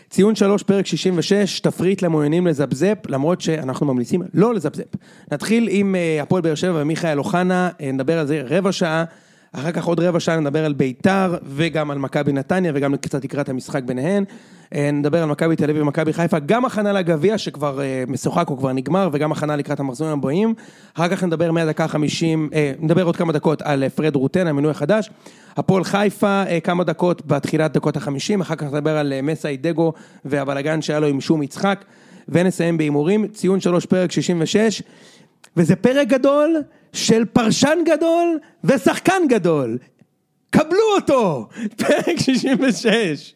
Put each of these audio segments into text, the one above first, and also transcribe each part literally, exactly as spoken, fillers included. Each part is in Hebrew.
ציון שלוש, פרק שישים ושש, תפריט למעוניינים לזבזפ, למרות שאנחנו ממליצים לא לזבזפ. נתחיל עם הפועל באר שבע ומיכאל אוחנה, נדבר על זה רבע שעה, אחר כך עוד רבע שעה נדבר על ביתר, וגם על מכבי נתניה, וגם קצת לקראת המשחק ביניהן. נדבר על מכבי תל אביב ומכבי חיפה, גם הכנה לגביע שכבר משוחק או כבר נגמר, וגם הכנה לקראת המחזורים הבאים. אחר כך נדבר מהדקה חמישים, נדבר עוד כמה דקות על פרד רוטן, המינוי החדש. הפועל חיפה, כמה דקות בתחילת דקות החמישים, אחר כך נדבר על מסאי דגו והבלגן שהיה לו עם שום יצחק, ונסיים באימורים. ציון שלוש, פרק שישים ושש, וזה פרק גדול של פרשן גדול ושחקן גדול. קבלו אותו! פרק שישים ושש.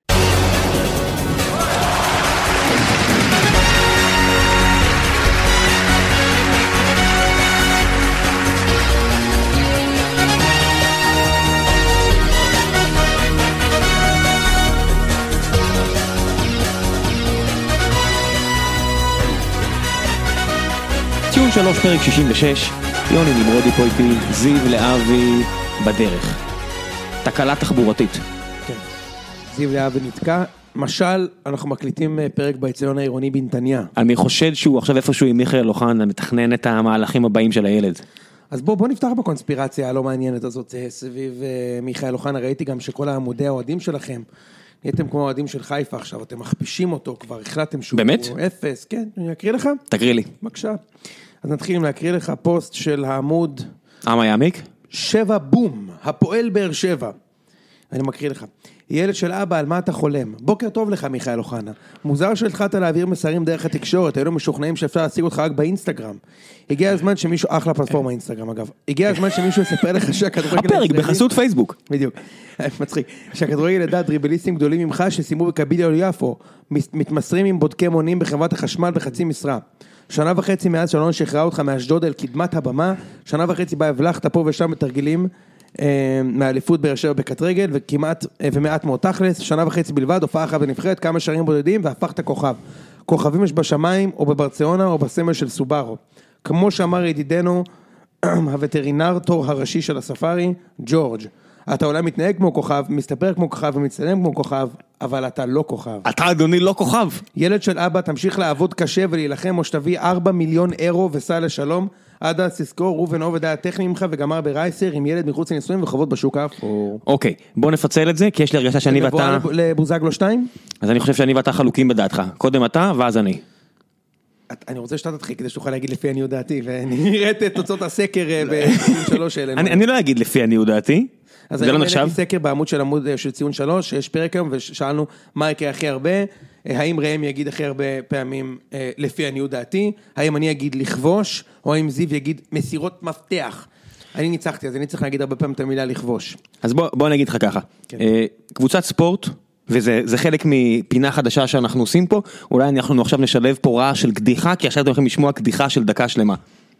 ציון שלוש, פרק שישים ושש, יוני נמרודי פה איתי, זיו לאבי בדרך. תקלה תחבורתית. כן, זיו לאבי נתקע. משל, אנחנו מקליטים פרק באצטדיון העירוני בנתניה. אני חושד שהוא עכשיו איפשהו עם מיכאל אוחנה, מתכנן את המהלכים הבאים של הילד. אז בוא, בוא נפתח בקונספירציה הלא מעניינת הזאת סביב מיכאל אוחנה. ראיתי גם שכל העמודי האוהדים שלכם, נהייתם כמו האוהדים של חיפה עכשיו, אתם מכפישים אותו, כבר החלטתם שהוא באמת? אפס. כן, אני אקריא לך? תקריא לי. בבקשה. אז נתחיל עם להקריא לך פוסט של העמוד אמה יעמיק? שבע בום, הפועל באר שבע. אני מקריא לך. ילד של אבא, על מה אתה חולם? בוקר טוב לך מיכאל אוחנה. מוזר שהתחלת להעביר מסרים דרך התקשורת, היינו משוכנעים שאפשר להשיג אותך רק באינסטגרם. הגיע הזמן שמישהו, אחלה פלטפורמה אינסטגרם אגב, הגיע הזמן שמישהו יספר לך שהכדורגל... הפרק בחסות פייסבוק. בדיוק, מצחיק. שהכדורגל לדעת דריבליסטים גדולים ממך שסיימו בקביליה או יפו, מתמסרים עם בודקי מונים בחברת החשמל בחצי משרה. שנה וחצי מאז שלון שחררה אותך מאשדוד אל קדמת הבמה, שנה וחצי בה הבלחת פה ושם בתרגילים מהאליפות באר שבע בקטרגל, וכמעט ומעט מאוד תכלס, שנה וחצי בלבד, הופעה אחת בנבחרת, כמה שערים בודדים, והפכת כוכב. כוכבים יש בשמיים, או בברצלונה, או בסמל של סובארו. כמו שאמר ידידנו, הווטרינר תור הראשי של הספארי, ג'ורג'. אתה אולי מתנהג כמו כוכב, מסתפר כמו כוכב ומצטלם כמו כוכב, אבל אתה לא כוכב. אתה אדוני לא כוכב. ילד של אבא, תמשיך לעבוד קשה ולהילחם, או שתביא ארבע מיליון אירו וסע לשלום, עד אז תזכור, רובן עובד היה טכני ממך וגמר ברייסר עם ילד מחוץ לנישואים וחובות בשוק האפור. אוקיי, בוא נפצל את זה, כי יש לי הרגשה שאני ואתה... לבוזגלו שתיים? אז אני חושב שאני ואתה חלוקים בדעתך. קודם אתה, ואז אני. אני רוצה שאתה תתחיל כדי שתוכל להגיד לפי עניות דעתי, ואני אראה את תוצאות הסקר ב-ציון שלוש האלה. אני לא אגיד לפי עניות דעתי. אז אני ראיתי סקר בעמוד של עמוד של ציון שלוש, יש פרק היום, ושאלנו מה יקרה הכי הרבה, האם ראם יגיד הכי הרבה פעמים לפי עניות דעתי, האם אני אגיד לכבוש, או האם זיו יגיד מסירות מפתח. אני ניצחתי, אז אני צריך להגיד הרבה פעמים את המילה לכבוש. אז בוא, בוא נגיד לך ככה. קבוצת ספורט, וזה חלק מפינה חדשה שאנחנו עושים פה, אולי אנחנו עכשיו נשלב פה רעש של קדיחה, כי עכשיו אתם יכולים לשמוע קדיחה של דקה שלמה.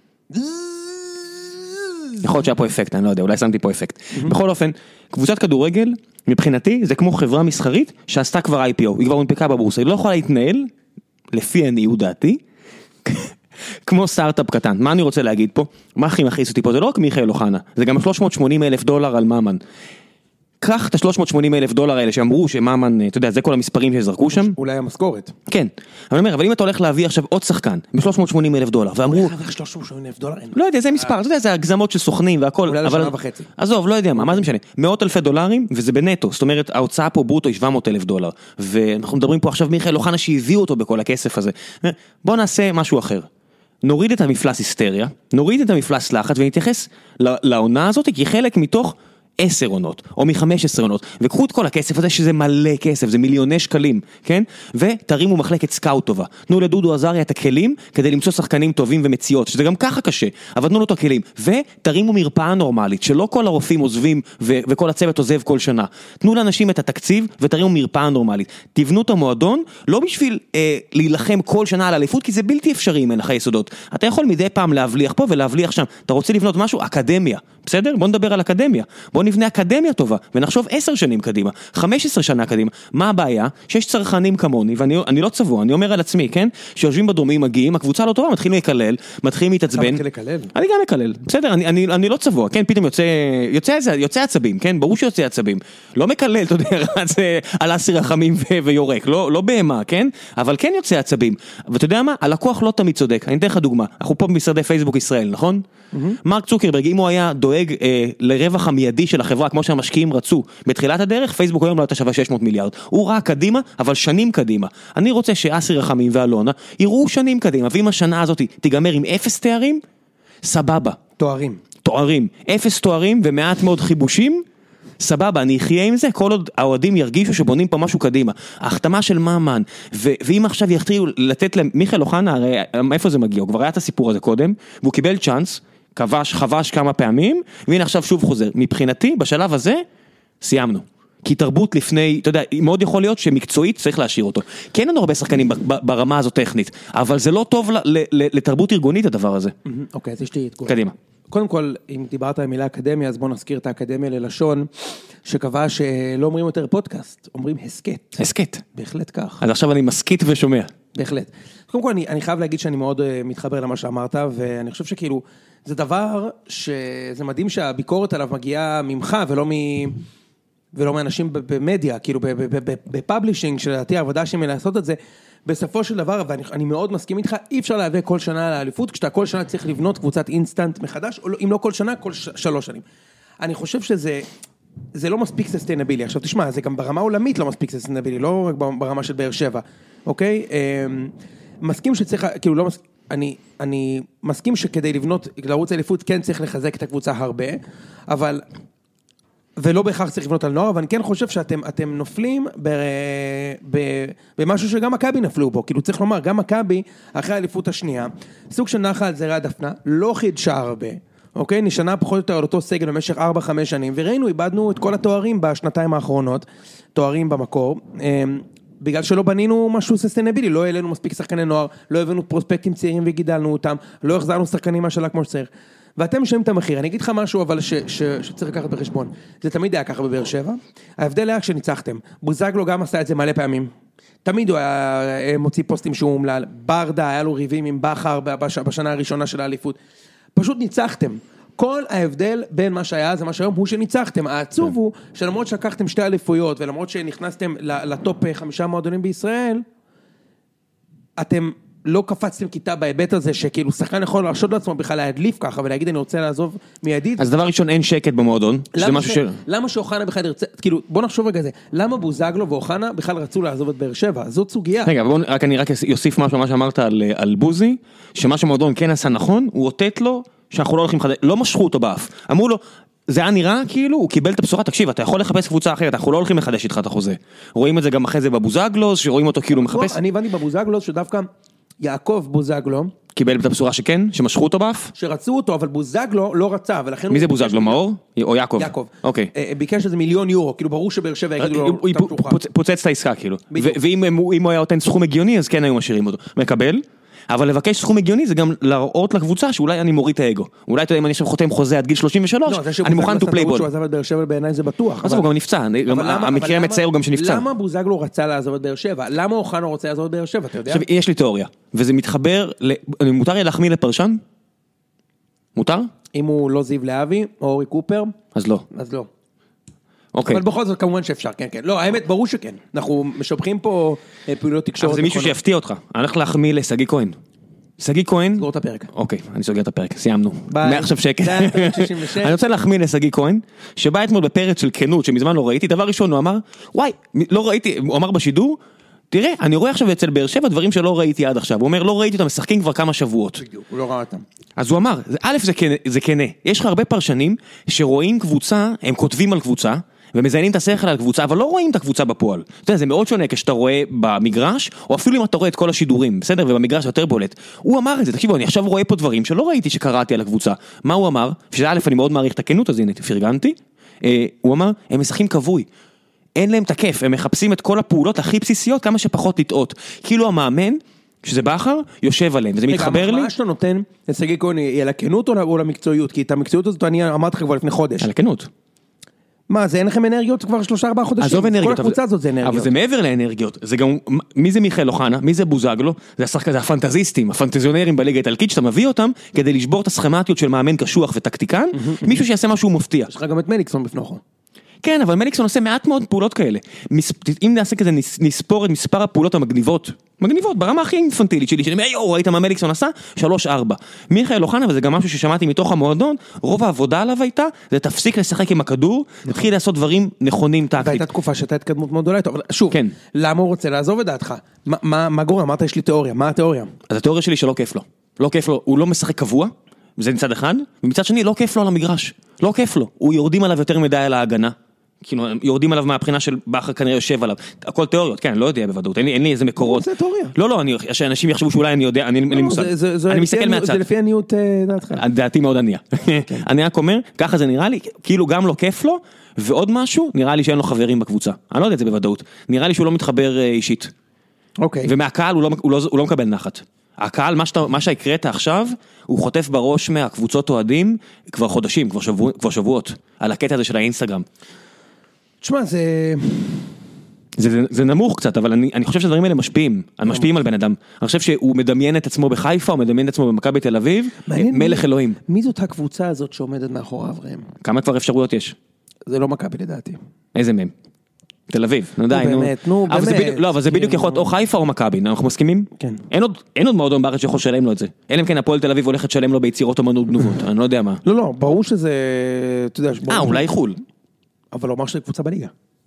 יכול להיות שהיה פה אפקט, אני לא יודע, אולי שמתי פה אפקט. בכל אופן, קבוצת כדורגל, מבחינתי, זה כמו חברה מסחרית שעשתה כבר איי פי או, היא כבר הונפקה בבורסה, היא לא יכולה להתנהל, לפי עניות דעתי, כמו סטארט-אפ קטן. מה אני רוצה להגיד פה? מה הכי מכעיס אותי פה? זה לא רק מיכאל אוחנה, זה גם שלוש מאות ושמונים אלף דולר על מאמן. קח את ה-שלוש מאות ושמונים אלף דולר האלה שאמרו שמאמן, אתה יודע, זה כל המספרים שזרקו שם. אולי המשכורת. כן. אבל אני אומר, אבל אם אתה הולך להביא עכשיו עוד שחקן, ב-שלוש מאות ושמונים אלף דולר, ואמרו... שלוש מאות ושמונים אלף דולר? לא יודע, זה מספר, אתה יודע, זה הגזמות של סוכנים והכל. אולי לשנה וחצי. עזוב, לא יודע מה, מה זה משנה? מאות אלפי דולרים, וזה בנטו, זאת אומרת, ההוצאה פה ברוטו היא שבע מאות אלף דולר. ואנחנו מדברים פה עכשיו מיכאל אוחנה שהביאו אותו בכל הכסף הזה. בוא נעשה משהו אחר. נוריד את המפלס היסטריה, נוריד את המפלס לחץ ונתייחס לעונה הזאת כחלק מתוך עשר עונות, או מחמש עשרה עונות, וקחו את כל הכסף הזה שזה מלא כסף, זה מיליוני שקלים, כן? ותרימו מחלקת סקאוט טובה. תנו לדודו עזריה את הכלים, כדי למצוא שחקנים טובים ומציאות, שזה גם ככה קשה, אבל תנו לו את הכלים, ותרימו מרפאה נורמלית, שלא כל הרופאים עוזבים, ו- וכל הצוות עוזב כל שנה. תנו לאנשים את התקציב, ותרימו מרפאה נורמלית. תבנו את המועדון, לא בשביל אה, להילחם כל שנה על אליפות, כי זה בלתי אפשרי אם אין לך יסודות. אתה יכול מדי פעם להבליח פה ולהבליח שם. אתה רוצה לבנות משהו? אקדמיה. בסדר? בוא נדבר על אקדמיה. בוא נבנה אקדמיה טובה, ונחשוב עשר שנים קדימה, חמש עשרה שנה קדימה. מה הבעיה? שיש צרכנים כמוני, ואני אני לא צבוע, אני אומר על עצמי, כן? שיושבים בדומים, מגיעים, הקבוצה לא טובה, מתחילים לקלל, מתחילים להתעצבן. אתה מתחיל לקלל? אני גם מקלל. בסדר, אני, אני, אני לא צבוע, כן? פתאום יוצא, יוצא, יוצא עצבים, כן? ברור שיוצא עצבים. לא מקלל, אתה יודע, רץ על אסיר רחמים ו- ויורק, לא, לא בהמה, כן? אבל כן יוצא עצבים. ואתה יודע מה? הלקוח לא תמיד צודק. אני אתן לך דוגמה. אנחנו פה במשרדי פייסבוק ישראל, נכון? Mm-hmm. מרק צוקרברג, אם הוא היה דואג אה, לרווח המיידי של החברה, כמו שהמשקיעים רצו, בתחילת הדרך, פייסבוק היום לא הייתה שווה שש מאות מיליארד. הוא ראה קדימה, אבל שנים קדימה. אני רוצה שאסיר רחמים ואלונה יראו שנים קדימה, ואם השנה הזאת תיגמר עם אפס תארים, סבבה. תוארים. תוארים. אפס תוארים ומעט מאוד חיבושים, סבבה, אני אחיה עם זה, כל עוד האוהדים ירגישו שבונים פה משהו קדימה. ההחתמה של מאמן, ו- ואם עכשיו יחתירו לתת למיכאל אוחנה, הרי איפה זה מגיע? הוא כבר היה את הסיפור הזה קודם, והוא קיבל צ'אנס, כבש, חבש כמה פעמים, והנה עכשיו שוב חוזר. מבחינתי, בשלב הזה, סיימנו. כי תרבות לפני, אתה יודע, מאוד יכול להיות שמקצועית צריך להשאיר אותו. כן אין הרבה שחקנים ברמה הזו טכנית, אבל זה לא טוב לתרבות ארגונית הדבר הזה. אוקיי, אז יש לי תגובה. קדימה. קודם כל, אם דיברת על מילה אקדמיה, אז בוא נזכיר את האקדמיה ללשון, שקבע שלא אומרים יותר פודקאסט, אומרים הסקט. הסקט. בהחלט כך. אז עכשיו אני מסכית ושומע. בהחלט. קודם כל, אני, אני חייב להגיד שאני מאוד uh, מתחבר למה שאמרת, ואני חושב שכאילו, זה דבר שזה מדהים שהביקורת עליו מגיעה ממך, ולא מ... ולא מאנשים במדיה, כאילו בפאבלישינג, שלדעתי העבודה שלי לעשות את זה, בסופו של דבר, ואני מאוד מסכים איתך, אי אפשר להביא כל שנה לאליפות, כשאתה כל שנה צריך לבנות קבוצת אינסטנט מחדש, או אם לא כל שנה, כל שלוש שנים. אני חושב שזה, זה לא מספיק ססטיינבילי. עכשיו תשמע, זה גם ברמה עולמית לא מספיק ססטיינבילי, לא רק ברמה של באר שבע, אוקיי? מסכים שצריך, כאילו לא מסכים, אני, אני מסכים שכדי לבנות, לערוץ האליפות, כן צריך לחזק את הקבוצה הרבה, אבל... ולא בהכרח צריך לבנות על נוער, אבל אני כן חושב שאתם אתם נופלים ב, ב, במשהו שגם מכבי נפלו בו, כאילו צריך לומר, גם מכבי, אחרי האליפות השנייה, סוג של נחה על זרי הדפנה, לא חידשה הרבה, אוקיי? נשנה פחות או יותר על אותו סגל במשך ארבע חמש שנים, וראינו, איבדנו את כל התוארים בשנתיים האחרונות, תוארים במקור, בגלל שלא בנינו משהו ססטיינבילי, לא העלינו מספיק שחקני נוער, לא הבאנו פרוספקטים צעירים וגידלנו אותם, לא החזרנו שחקנים מהשאלה כמו שצריך. ואתם משלמים את המחיר. אני אגיד לך משהו אבל ש, ש, שצריך לקחת בחשבון. זה תמיד היה ככה בבאר שבע. ההבדל היה כשניצחתם. בוזגלו גם עשה את זה מלא פעמים. תמיד הוא היה מוציא פוסטים שהוא אומלל. ברדה, היה לו ריבים עם בחר בשנה הראשונה של האליפות. פשוט ניצחתם. כל ההבדל בין מה שהיה זה מה שהיום הוא שניצחתם. העצוב הוא שלמרות שלקחתם שתי אליפויות ולמרות שנכנסתם לטופ חמישה מועדונים בישראל, אתם לא קפצתם כיתה בהיבט הזה שכאילו שחקן יכול להרשות לעצמו בכלל להדליף ככה ולהגיד אני רוצה לעזוב מיידית. אז דבר ראשון אין שקט במועדון. למה, ש... למה שאוחנה בכלל ירצה, כאילו בוא נחשוב רגע זה, למה בוזגלו ואוחנה בכלל רצו לעזוב את באר שבע? זאת סוגיה. רגע, בוא, רק אני רק יוסיף משהו מה שאמרת על, על בוזי, שמה שמועדון כן עשה נכון, הוא אותת לו שאנחנו לא הולכים לחדש, לא משכו אותו באף. אמרו לו, זה היה נראה כאילו, הוא קיבל את הבשורה, תקשיב, אתה יכול לחפש קבוצה אחרת, אנחנו לא הולכים לחדש איתך את החוזה. רואים את זה גם אחרי זה בבוזגלוס, שרואים אותו כאילו מחפש. אני הבנתי בבוזגלוס שדווקא יעקב בוזגלו קיבל את הבשורה שכן, שמשכו אותו באף? שרצו אותו, אבל בוזגלו לא רצה, ולכן מי זה בוזגלו, מאור? או יעקב? יעקב. אוקיי. ביקש איזה מיליון יורו, כאילו ברור שבאר שבע יגידו לו, הוא פוצץ את העסקה כאילו. ואם הוא היה נותן סכום הגיוני, אז כן היו משאירים אותו. מקבל? אבל לבקש סכום הגיוני זה גם להראות לקבוצה שאולי אני מוריד את האגו. אולי אתה יודע אם אני עכשיו חותם חוזה עד גיל שלושים ושלוש, אני מוכן to play ball. שהוא עזב את באר שבע בעיניי זה בטוח. אז הוא גם נפצע, המקרה המצער הוא גם שנפצע. למה בוזגלו רצה לעזוב את באר שבע? למה אוחנה רוצה לעזוב את באר שבע, אתה יודע? עכשיו, יש לי תיאוריה, וזה מתחבר, מותר יהיה להחמיא לפרשן? מותר? אם הוא לא זיו להבי, או אורי קופר. אז לא. אז לא. אוקיי. אבל בכל זאת כמובן שאפשר, כן, כן. לא, האמת, ברור שכן. אנחנו משבחים פה פעולות תקשורת. אבל זה מישהו שיפתיע אותך. אני הולך להחמיא לסגי כהן. סגי כהן. סגור את הפרק. אוקיי, אני סוגר את הפרק, סיימנו. מעכשיו שקט. זה היה פרק שישים ושש. אני רוצה להחמיא לסגי כהן, שבא אתמול בפרק של כנות, שמזמן לא ראיתי, דבר ראשון הוא אמר, וואי, לא ראיתי, הוא אמר בשידור, תראה, אני רואה עכשיו אצל באר שבע דברים שלא ראיתי עד עכשיו. הוא אומר, לא ראיתי אותם, משחקים כבר כמה שבועות. בדיוק, הוא לא ראה אותם. אז הוא אמר, א' זה כנה, יש לך הרבה פרשנים שרואים קבוצה, הם כותבים על קבוצה, ומזיינים את השכל על הקבוצה, אבל לא רואים את הקבוצה בפועל. אתה יודע, זה מאוד שונה כשאתה רואה במגרש, או אפילו אם אתה רואה את כל השידורים, בסדר? ובמגרש יותר בולט. הוא אמר את זה, תקשיבו, אני עכשיו רואה פה דברים שלא ראיתי שקראתי על הקבוצה. מה הוא אמר? שזה א', אני מאוד מעריך את הכנות, אז הנה, פרגנתי. הוא אמר, הם משחקים כבוי. אין להם תקף, הם מחפשים את כל הפעולות הכי בסיסיות, כמה שפחות לטעות. כאילו המאמן, שזה בכר, יושב עליהם, וזה מתחבר לי. רגע, מה שאתה נותן לשגיא כהן היא על הכנות או למקצועיות? כי את המקצועיות הזאת אני אמרתי לך כבר לפני חודש. על הכנות. מה, זה אין לכם אנרגיות כבר שלושה ארבעה חודשים? עזוב אנרגיות. כל הקבוצה הזאת זה אנרגיות. אבל זה מעבר לאנרגיות. זה גם, מי זה מיכאל אוחנה? מי זה בוזגלו? זה השחקן, זה הפנטזיסטים, הפנטזיונרים בליגה האיטלקית, שאתה מביא אותם כדי לשבור את הסכמטיות של מאמן קשוח וטקטיקן, מישהו שיעשה משהו מפתיע. יש לך גם את מליקסון בפנוכו. כן, אבל מליקסון עושה מעט מאוד פעולות כאלה. אם נעשה כזה, נספור את מספר הפעולות המגניבות, מגניבות, ברמה הכי אינפנטילית שלי, שאני אומר, יואו, ראית מה מליקסון עשה? שלוש ארבע. מיכאל אוחנה, וזה גם משהו ששמעתי מתוך המועדון, רוב העבודה עליו הייתה, זה תפסיק לשחק עם הכדור, תתחיל לעשות דברים נכונים טקטית. והייתה תקופה שהייתה התקדמות מאוד גדולה, אבל שוב, למה הוא רוצה לעזוב את דעתך? מה גורם? אמרת, יש לי תיאוריה, מה התיאוריה? אז התיאוריה שלי שלא כיף לו. לא כיף לו, הוא לא משחק קבוע, וזה מצד אחד, ומצד שני לא כיף לו על המגרש. לא כיף לו. הוא יורדים עליו יותר מדי על ההגנה. כאילו, יורדים עליו מהבחינה של בכר כנראה יושב עליו. הכל תיאוריות, כן, לא יודע בוודאות. אין לי, אין לי איזה מקורות. זה תיאוריה. לא, לא, אני, שאנשים יחשבו שאולי אני יודע, אני אין לי מושג. אני מסתכל מהצד. זה לפי עניות דעתך. דעתי מאוד ענייה. אני רק אומר, ככה זה נראה לי, כאילו גם לא כיף לו, ועוד משהו, נראה לי שאין לו חברים בקבוצה. אני לא יודע את זה בוודאות. נראה לי שהוא לא מתחבר אישית. אוקיי. ומהקהל הוא לא, הוא לא, הוא לא מקבל נחת. הקהל, מה שאתה, מה שהקראת עכשיו, הוא חוטף בראש מהקבוצות אוהדים כבר חודשים, כבר, שבוע, כבר שבועות, על הקטע הזה של האינסטגרם. תשמע, זה... זה, זה, זה נמוך קצת, אבל אני, אני חושב שהדברים האלה משפיעים, משפיעים על בן אדם. אני חושב שהוא מדמיין את עצמו בחיפה, הוא מדמיין את עצמו במכבי בתל אביב, מלך אלוהים. מי זאת הקבוצה הזאת שעומדת מאחוריו, ראם? כמה כבר אפשרויות יש? זה לא מכבי לדעתי. איזה מהם? תל אביב, נו די, נו. באמת, נו, באמת. לא, אבל זה בדיוק יכול להיות או חיפה או מכבי, אנחנו מסכימים? כן. אין עוד, אין עוד מועדון בארץ שיכול לשלם לו את זה. אלא אם כן הפועל תל אביב הולכת לשלם לו ביצירות אומנות גנובות, אני לא יודע מה. לא, לא, ברור שזה, אתה יודע, אה, אולי חול. אבל לא אומר שזה קבוצה בליגה.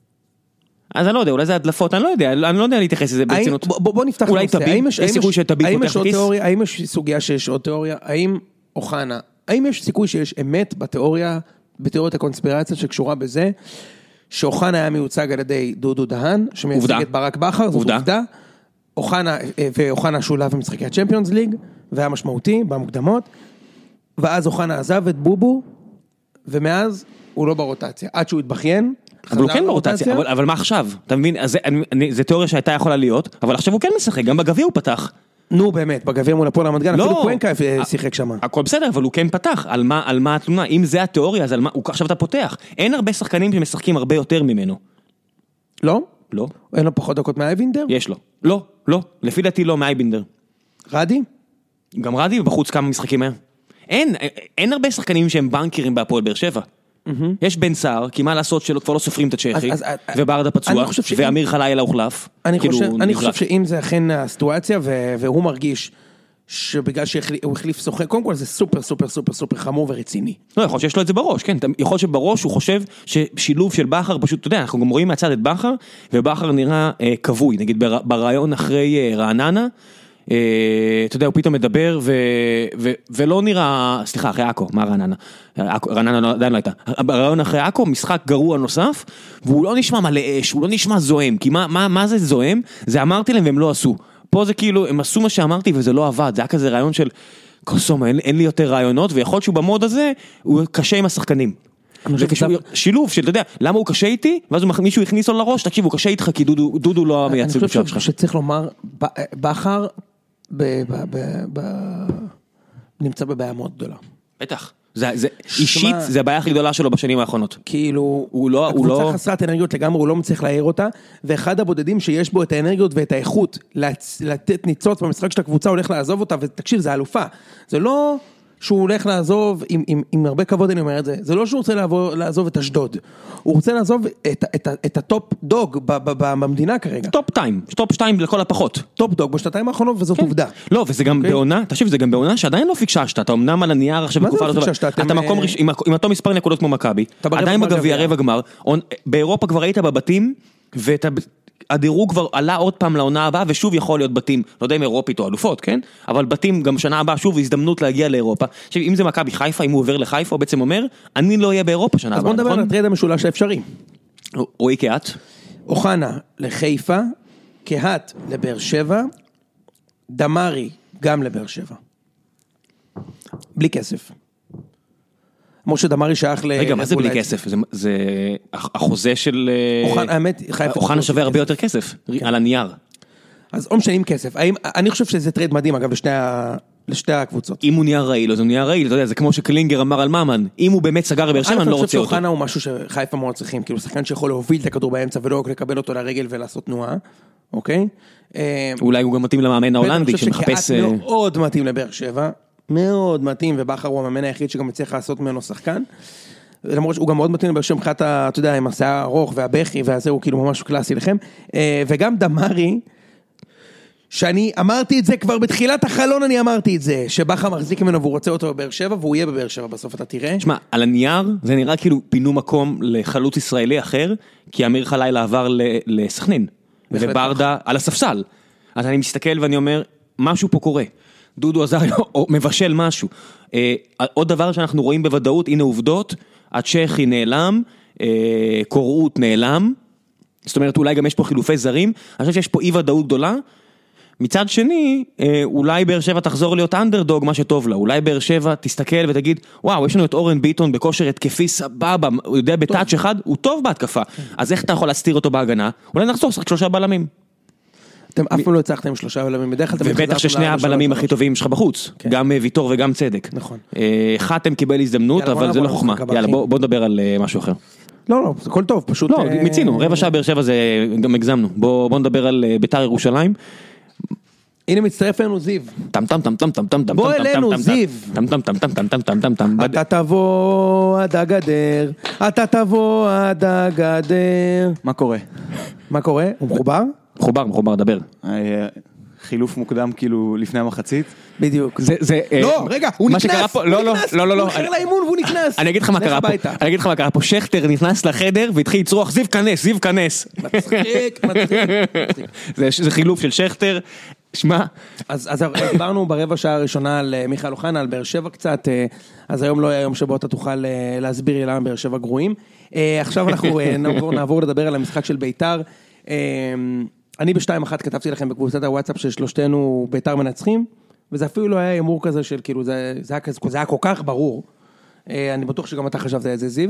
אז אני לא יודע, אולי זה הדלפות, אני לא יודע, אני לא יודע להתייחס לזה ברצינות. בוא נפתח אולי תביב, יש סיכוי שתביב פותח כיס? האם יש סוגיה שיש עוד תיאוריה? האם אוחנה, האם יש סיכוי שיש אמת בתיאוריה, בתיאוריית הקונספירציה שקשורה בזה, שאוחנה היה מיוצג על ידי דודו דהן, שמייצג את ברק בכר, זאת עובדה. אוחנה, ואוחנה שולב במשחקי הצ'מפיונס ליג, והיה משמעותי במוקדמות, ואז אוחנה עזב את בובו, ומאז הוא לא ברוטציה, עד שהוא התבכיין, אבל הוא כן ברוטציה, אבל, אבל מה עכשיו? אתה מבין? אז זה, אני, זה תיאוריה שהייתה יכולה להיות, אבל עכשיו הוא כן משחק, גם בגביע הוא פתח. נו באמת, בגביע מול הפועל רמת גן, לא, אפילו קוונקה שיחק שם. הכל בסדר, אבל הוא כן פתח, על מה, על מה התלונה? אם זה התיאוריה, אז על מה, הוא, עכשיו אתה פותח. אין הרבה שחקנים שמשחקים הרבה יותר ממנו. לא? לא. אין לו פחות דקות מאייבינדר? יש לו. לא, לא. לפי דעתי לא מאייבינדר. רדי? גם רדי, ובחוץ כמה משחקים היה. אין, אין הרבה שחקנים שהם בנקרים בהפועל באר שבע. יש בן סער, כי מה לעשות שלא כבר לא סופרים את הצ'כי, וברדה פצוע, ואמיר חלילה הוחלף. אני חושב שאם זה אכן הסיטואציה, והוא מרגיש שבגלל שהוא החליף סוכן, קודם כל זה סופר סופר סופר סופר חמור ורציני. לא, יכול שיש לו את זה בראש, כן, יכול שבראש הוא חושב ששילוב של בכר פשוט, אתה יודע, אנחנו גם רואים מהצד את בכר, ובכר נראה כבוי, נגיד ברעיון אחרי רעננה, אתה יודע, הוא פתאום מדבר ולא נראה, סליחה, אחרי אקו, מה רעננה? רעננה עדיין לא הייתה. ברעיון אחרי אקו, משחק גרוע נוסף, והוא לא נשמע מלא אש, הוא לא נשמע זוהם, כי מה זה זוהם? זה אמרתי להם והם לא עשו. פה זה כאילו, הם עשו מה שאמרתי וזה לא עבד, זה היה כזה רעיון של, קוסומה, אין לי יותר רעיונות, ויכול שהוא במוד הזה, הוא קשה עם השחקנים. שילוב של, אתה יודע, למה הוא קשה איתי, ואז מישהו הכניס לו לראש, תקשיב, הוא קשה איתך, כי דודו לא מייצג בשביל שלך. אני חושב שצריך לומר, בכר נמצא בבעיה מאוד גדולה. בטח. אישית, זה הבעיה הכי גדולה שלו בשנים האחרונות. כאילו, הקבוצה חסרת אנרגיות לגמרי, הוא לא מצליח להעיר אותה, ואחד הבודדים שיש בו את האנרגיות ואת האיכות, לתת ניצוץ במשחק של הקבוצה, הולך לעזוב אותה, ותקשיב, זה אלופה. זה לא שהוא הולך לעזוב, עם, עם, עם הרבה כבוד אני אומר את זה, זה לא שהוא רוצה לעבור, לעזוב את אשדוד, הוא רוצה לעזוב את, את, את, את הטופ דוג ב, ב, ב, במדינה כרגע. טופ טיים, טופ שתיים לכל הפחות. טופ דוג בשנתיים האחרונות, וזאת כן. עובדה. לא, וזה גם okay. בעונה, תקשיב, זה גם בעונה שעדיין לא פיקששת, אתה אמנם על הנייר עכשיו, מה זה לא פיקששת? אתה אתם... מקום ראש... עם, עם אותו מספר נקודות כמו מכבי, עדיין בגביע, רבע גמר, באירופה כבר היית בבתים, ואתה... הדירוג כבר עלה עוד פעם לעונה הבאה, ושוב יכול להיות בתים, לא יודע אם אירופית או אלופות, כן? אבל בתים גם שנה הבאה, שוב הזדמנות להגיע לאירופה. עכשיו, אם זה מכבי חיפה, אם הוא עובר לחיפה, הוא בעצם אומר, אני לא אהיה באירופה שנה הבאה. אז בוא נדבר על הטרייד המשולש האפשרי. רועי קהת. אוחנה לחיפה, קהת לבאר שבע, דמרי גם לבאר שבע. בלי כסף. משה דמרי שייך ל... רגע, מה זה בלי כסף? זה החוזה של... האמת, אוחנה שווה הרבה יותר כסף, על הנייר. אז או משנים כסף. האם, אני חושב שזה טרייד מדהים, אגב, לשתי, לשתי הקבוצות. אם הוא נהיה רעיל, אז הוא נהיה רעיל, אתה יודע, זה כמו שקלינגר אמר על מאמן, אם הוא באמת סגר לבאר שבע, אני לא רוצה אותו. אני חושב שאוחנה הוא משהו שחיפה מאוד צריכים, כאילו שחקן שיכול להוביל את הכדור באמצע, ולא לקבל אותו לרגל ולעשות תנועה, אוקיי? אולי הוא גם מתאים למאמן ההולנדי, שמחפש... אני חושב מאוד מתאים לבאר שבע, מאוד מתאים, ובחר הוא המאמן היחיד שגם מצליח לעשות ממנו שחקן, למרות שהוא גם מאוד מתאים לבאר שבע, מבחינת, אתה יודע, עם השיער הארוך והבכי, והזה הוא כאילו ממש קלאסי לכם, וגם דמרי, שאני אמרתי את זה כבר בתחילת החלון, אני אמרתי את זה, שבחר מחזיק ממנו והוא רוצה אותו בבאר שבע, והוא יהיה בבאר שבע בסוף, אתה תראה. תשמע, על הנייר זה נראה כאילו פינו מקום לחלוץ ישראלי אחר, כי אמיר חלילה עבר לסכנין, וברדה על הספסל. אז אני מסתכל ואני אומר, משהו פה קורה. דודו עזריו מבשל משהו. עוד דבר שאנחנו רואים בוודאות, הנה עובדות, הצ'כי נעלם, קוראות נעלם, זאת אומרת אולי גם יש פה חילופי זרים, אני חושב שיש פה אי ודאות גדולה, מצד שני, אולי באר שבע תחזור להיות אנדרדוג, מה שטוב לה, אולי באר שבע תסתכל ותגיד, וואו, יש לנו את אורן ביטון בכושר התקפי סבבה, הוא יודע בטאץ' אחד, הוא טוב בהתקפה, אז איך אתה יכול להסתיר אותו בהגנה? אולי נחזור שחק שלושה בלמים. אתם אף פעם לא הצלחתם עם שלושה בלמים, בדרך כלל... ובטח ששני הבלמים הכי טובים שלך בחוץ, גם ויטור וגם צדק. נכון. חתם קיבל הזדמנות, אבל זה לא חוכמה. יאללה, בוא נדבר על משהו אחר. לא, לא, זה הכל טוב, פשוט... לא, מיצינו, רבע שעה באר שבע זה גם הגזמנו. בוא נדבר על בית"ר ירושלים. הנה מצטרף אלינו זיו. טם טם טם טם טם טם טם. בוא אלינו זיו. טם טם טם טם טם טם טם טם טם. אתה תבוא עד הגדר, אתה תבוא עד הגדר. מה קורה? מה קורה? הוא מחובר? מחובר, מחובר, דבר. חילוף מוקדם כאילו לפני המחצית. בדיוק. זה... לא, רגע, הוא נכנס. לא, לא, לא, לא. הוא אחר לאימון והוא נכנס. אני אגיד לך מה קרה פה. אני אגיד לך מה קרה פה. שכטר נכנס לחדר והתחיל לצרוח, זיו כנס, זיו כנס. מצחיק, מצחיק. זה חילוף של שכטר. שמע. אז דיברנו ברבע שעה הראשונה על מיכאל אוחנה, על באר שבע קצת, אז היום לא היה יום שבו אתה תוכל להסביר לי למה באר שבע גרועים. עכשיו אנחנו נעבור לדבר על המשחק של בית"ר. אני בשתיים אחת כתבתי לכם בקבוצת הוואטסאפ של שלושתנו בית"ר מנצחים, וזה אפילו לא היה אמור כזה של כאילו, זה, זה, היה, זה היה כל כך ברור. אני בטוח שגם אתה חשבת את זה, זיו.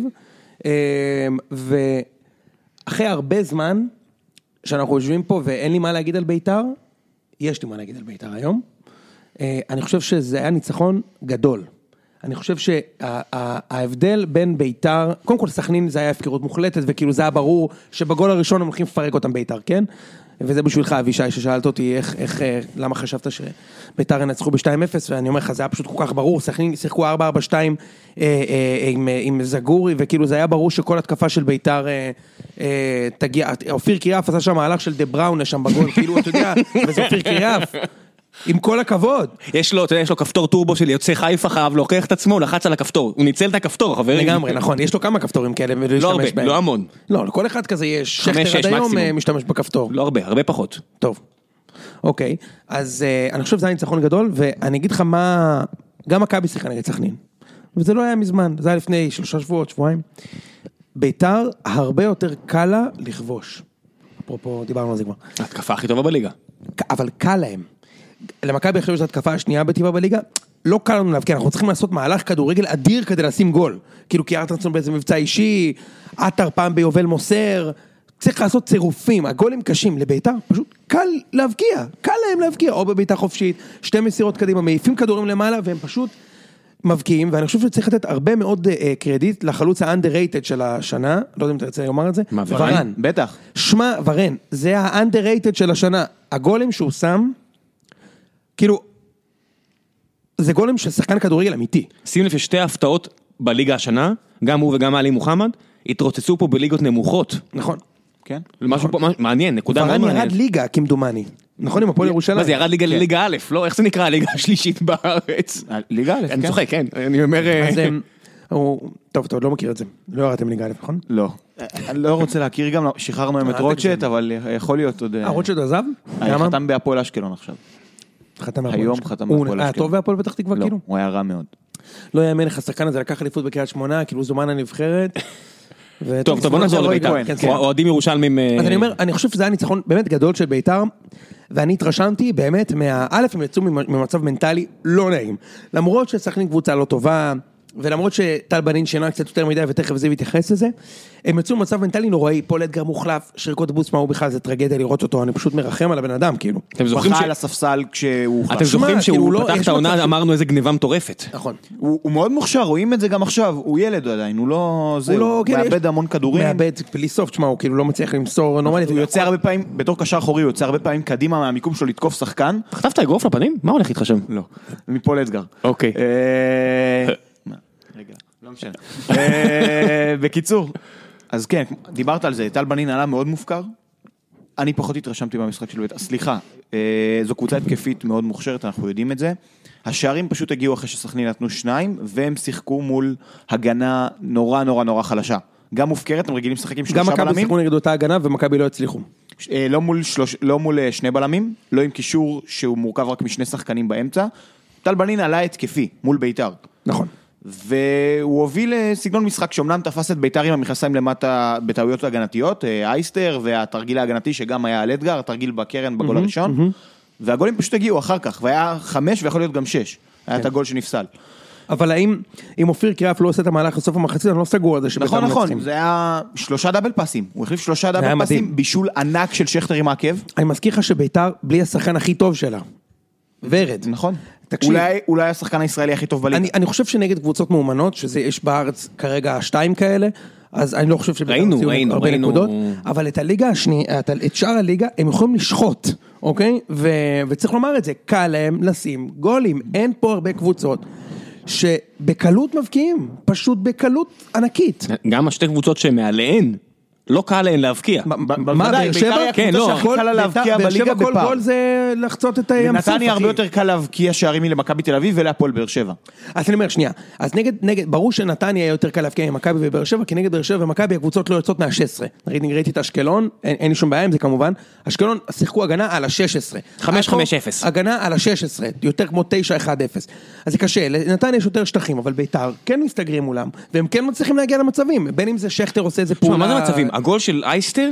ואחרי הרבה זמן שאנחנו יושבים פה ואין לי מה להגיד על בית"ר, יש לי מה להגיד על בית"ר היום. אני חושב שזה היה ניצחון גדול. אני חושב שההבדל בין בית"ר, קודם כל סכנין זה היה הפקרות מוחלטת, וכאילו זה היה ברור שבגול הראשון הם הולכים לפרק אותם בית"ר, כן? וזה בשבילך אבישי ששאלת אותי איך, איך, למה חשבת שבית"ר ינצחו ב-שתיים אפס, ואני אומר לך, זה היה פשוט כל כך ברור, סכנין שיחקו ארבע ארבע שתיים עם, עם זגורי, וכאילו זה היה ברור שכל התקפה של בית"ר תגיע, אופיר קירף עשה שם מהלך של דה בראון שם בגול, כאילו אתה יודע, וזה אופיר קירף, עם כל הכבוד. יש לו, אתה יודע, יש לו כפתור טורבו של יוצא חיפה, חייב להוכיח את עצמו, לחץ על הכפתור. הוא ניצל את הכפתור, חברים. לגמרי, נכון. יש לו כמה כפתורים כאלה. לא הרבה, לא המון. לא, לכל אחד כזה יש. שכטר עד היום משתמש בכפתור. לא הרבה, הרבה פחות. טוב. אוקיי. אז אני חושב שזה היה ניצחון גדול, ואני אגיד לך מה, גם מכבי שיחקה נגד סכנין. וזה לא היה מזמן, זה היה לפני שלושה שבועות, שבועיים. בית"ר הרבה יותר קל לה לכבוש. אפרופו, דיברנו על זה כבר. התקפה הכי טובה בליגה. אבל קל להם. למכבי עכשיו זו התקפה השנייה בטבעה בליגה, לא קל לנו להבקיע, אנחנו צריכים לעשות מהלך כדורגל אדיר כדי לשים גול, כאילו כי ארטרצון באיזה מבצע אישי, עטר פעם ביובל מוסר, צריך לעשות צירופים, הגולים קשים לבית"ר, פשוט קל להבקיע, קל להם להבקיע, או בבית"ר חופשית, שתי מסירות קדימה, מעיפים כדורים למעלה, והם פשוט מבקיעים, ואני חושב שצריך לתת הרבה מאוד uh, קרדיט לחלוץ ה-underrated של השנה, לא יודע אם אתה רוצה לומר את זה, מה, ורן? בטח. שמה ורן, זה ה-underrated של השנה, הגולים שהוא שם, כאילו, זה גולים של שחקן כדורגל אמיתי. שים לב ששתי הפתעות בליגה השנה, גם הוא וגם עלי מוחמד, התרוצצו פה בליגות נמוכות. נכון. כן. משהו פה מעניין, נקודה מאוד מעניינת. ורן ירד ליגה, כמדומני. נכון, עם הפועל ירושלים. מה זה, ירד ליגה לליגה א', לא? איך זה נקרא הליגה השלישית בארץ? ליגה א', כן. אני צוחק, כן. אני אומר... טוב, אתה עוד לא מכיר את זה. לא ירדתם ליגה א', נכון? לא. אני לא רוצה להכיר גם, שחררנו עם את רוטשט, אבל יכול להיות עוד... אה, רוטשט עזב? חתם בהפועל אשקלון עכשיו. היום חתם בהפועל אשקלון. היה טוב בהפועל פתח תקווה כאילו? לא, הוא היה רע מאוד. לא יאמן לך, השחקן הזה לקח אליפות בקריית שמונה, כאילו זומן הנבחרת. טוב, טוב, בוא נחזור לבית"ר. אוהדים ירושלמים... אז אני אומר, אני חושב שזה היה ניצחון באמת גדול של בית"ר, ואני התרשמתי באמת, א', הם יצאו ממצב מנטלי לא נעים. למרות שסכנין קבוצה לא טובה, ולמרות שטל בנין שינה קצת יותר מדי, ותכף זיו יתייחס לזה, הם יצאו מצב מנטלי נוראי, פול אדגר מוחלף, שריקות בוץ, מה הוא בכלל, זה טרגדיה לראות אותו, אני פשוט מרחם על הבן אדם, כאילו. אתם זוכרים בכה על הספסל כשהוא... אתם זוכרים שהוא פתח את העונה, אמרנו איזה גניבה מטורפת. נכון. הוא מאוד מוכשר, רואים את זה גם עכשיו, הוא ילד עדיין, הוא לא... הוא מאבד המון כדורים. מאבד בלי סוף, תשמע, הוא כאילו לא מצליח למסור נורמלית. הוא יוצא הרבה פעמים, בתור קשר אחורי, הוא יוצא הרבה פעמים קדימה מהמיקום שלו לתקוף שחקן. חטפת אגרוף לפנים? מה הולך איתך שם? לא, מפול אדגר. אוקיי. רגע, לא משנה. בקיצור, אז כן, דיברת על זה, טל בנין עלה מאוד מופקר. אני פחות התרשמתי במשחק של בית"ר. סליחה, זו קבוצה התקפית מאוד מוכשרת, אנחנו יודעים את זה. השערים פשוט הגיעו אחרי שסכנין נתנו שניים, והם שיחקו מול הגנה נורא נורא נורא חלשה. גם מופקרת, הם רגילים לשחקים שלושה בלמים. גם מכבי שיחקו נגד אותה הגנה, ומכבי לא הצליחו. לא מול, שלוש, לא מול שני בלמים, לא עם קישור שהוא מורכב רק משני שחקנים באמצע. טל בנין עלה התקפי מול בית"ר. נכון. והוא הוביל לסגנון משחק שאומנם תפס את בית"ר עם המכנסיים למטה בטעויות הגנתיות, אייסטר והתרגיל ההגנתי שגם היה על אדגר, התרגיל בקרן בגול הראשון, והגולים פשוט הגיעו אחר כך, והיה חמש ויכול להיות גם שש, היה את הגול שנפסל. אבל האם, אם אופיר קריאף לא עושה את המהלך לסוף המחצית, אני לא סגור על זה שבית"ר נכון, מנצחים. נכון, זה היה שלושה דאבל פאסים, הוא החליף שלושה דאבל פאסים, בישול ענק של שכטר עם העקב. אני מזכיר לך שבית"ר בלי השחקן הכי טוב שלה, ורד. נכון. אולי, אולי השחקן הישראלי הכי טוב בליגה. אני, אני חושב שנגד קבוצות מאומנות, שזה יש בארץ כרגע שתיים כאלה, אז אני לא חושב שבית"ר הוציאו הרבה ראינו. נקודות, אבל את הליגה השנייה, את, את שאר הליגה, הם יכולים לשחוט, אוקיי? ו, וצריך לומר את זה, קל להם לשים גולים, אין פה הרבה קבוצות, שבקלות מבקיעים, פשוט בקלות ענקית. גם השתי קבוצות שמעליהן, לא קל להן להבקיע. מה, באר שבע? כן, לא. קל להבקיע בליגה בפער. כל גול זה לחצות את הים סוף. נתניה הרבה יותר קל להבקיע שערים מלמכבי תל אביב ולהפועל באר שבע. אז אני אומר, שנייה. אז נגד, נגד, ברור שנתניה יותר קל להבקיע עם מכבי ובאר שבע, כי נגד באר שבע ומכבי הקבוצות לא יוצאות מה-שש עשרה. ראיתי את אשקלון, אין לי שום בעיה עם זה כמובן. אשקלון שיחקו הגנה על ה-שש עשרה. חמש חמש אפס. הגנה על ה-שש עשרה, יותר כמו תשע אחד אפס. אז זה קשה. לנתניה יש יותר שטחים, אבל בית"ר כן מסתגרים מולם, והם כן מצליחים להגיע למצבים. בין אם זה שכטר עושה איזה פעולה. מה זה מצבים? הגול של אייסטר?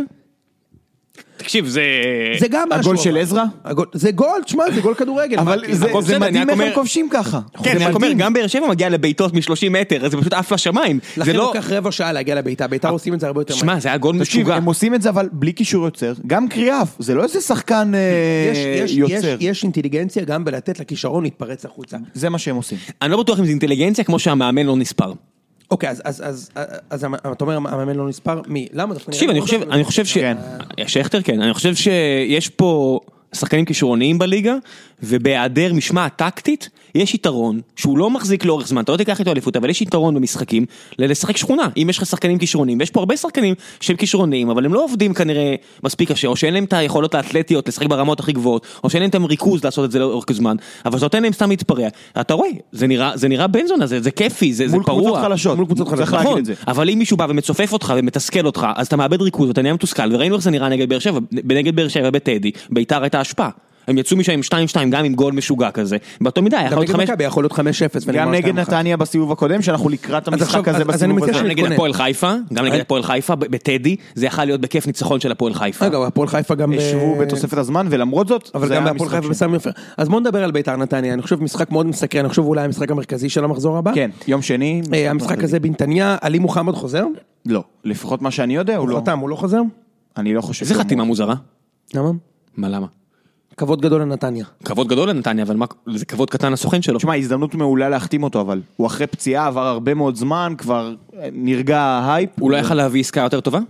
תקשיב, זה... זה גם משהו. הגול של עזרא? זה גול, תשמע, זה גול כדורגל. אבל זה מדהים איך הם כובשים ככה. כן, אני אומר, גם באר שבע מגיע לביתות מ-שלושים מטר, זה פשוט עף לשמיים. לכן לא כך רבע שעה להגיע לביתה, ביתר עושים את זה הרבה יותר. שמע, זה היה גול משוגע. הם עושים את זה אבל בלי קישור יוצר, גם קריאף, זה לא איזה שחקן יוצר. יש אינטליגנציה גם בלתת לכישרון להתפרץ החוצה. זה מה שהם עושים. אני לא בטוח אם זה אינטליגנציה כמו שהמאמן לא נספר. אוקיי, אז, אז, אז, אז, אתה אומר, המאמן לא נספר, מי? למה? תקשיב, אני חושב, אני חושב ש... שכטר, כן, אני חושב שיש פה שחקנים כישרוניים בליגה, ובהיעדר משמעת טקטית, יש יתרון, שהוא לא מחזיק לאורך זמן, אתה לא תיקח איתו אליפות, אבל יש יתרון במשחקים, לשחק שכונה, אם יש לך שחקנים כישרוניים, ויש פה הרבה שחקנים שהם כישרוניים, אבל הם לא עובדים כנראה מספיק קשה, או שאין להם את היכולות האתלטיות לשחק ברמות הכי גבוהות, או שאין להם את הריכוז לעשות את זה לאורך זמן, אבל זה נותן להם סתם להתפרע. אתה רואה, זה נראה, זה נראה בנזונה, זה, זה כיפי, זה, זה פרוע. מול קבוצות חלשות, מול קבוצות חלשות, נכון, אבל אם מישהו בא ומצופף אותך ומתסכל אותך, אז אתה מאבד ריכוז, אתה נהיה מתוסכל, וראינו איך זה נראה נגד באר שבע, בנגד באר שבע בטדי, בית"ר הייתה השפעה. הם יצאו משם עם שתיים שתיים גם עם גול משוגע כזה. באותו מידה, יכול להיות חמש... יכול להיות חמש אפס. גם נגד נתניה בסיבוב הקודם, שאנחנו לקראת המשחק הזה בסיבוב הזה. גם נגד הפועל חיפה, גם נגד הפועל חיפה, בטדי, זה יכול להיות בכיף ניצחון של הפועל חיפה. אגב, הפועל חיפה גם... ישבו בתוספת הזמן, ולמרות זאת, אבל גם בהפועל חיפה בסמי יפה. אז בוא נדבר על בית"ר נתניה, אני חושב משחק מאוד מסקרן, אני חושב אולי המשחק המרכזי של המחזור הבא. כן, יום שני. המשחק הזה בנתניה, עלי מוחמד חוזר? לא, לפחות מה שאני יודע, הוא לא. חתם, הוא לא חוזר? אני לא חושב. איזה חתימה מוזרה? למה? מה למה? כבוד גדול לנתניה. כבוד גדול לנתניה, אבל מה, זה כבוד קטן לסוכן שלו. תשמע, הזדמנות מעולה להחתים אותו, אבל הוא אחרי פציעה, עבר הרבה מאוד זמן, כבר נרגע ההייפ. הוא לא יכל להביא עסקה יותר טובה?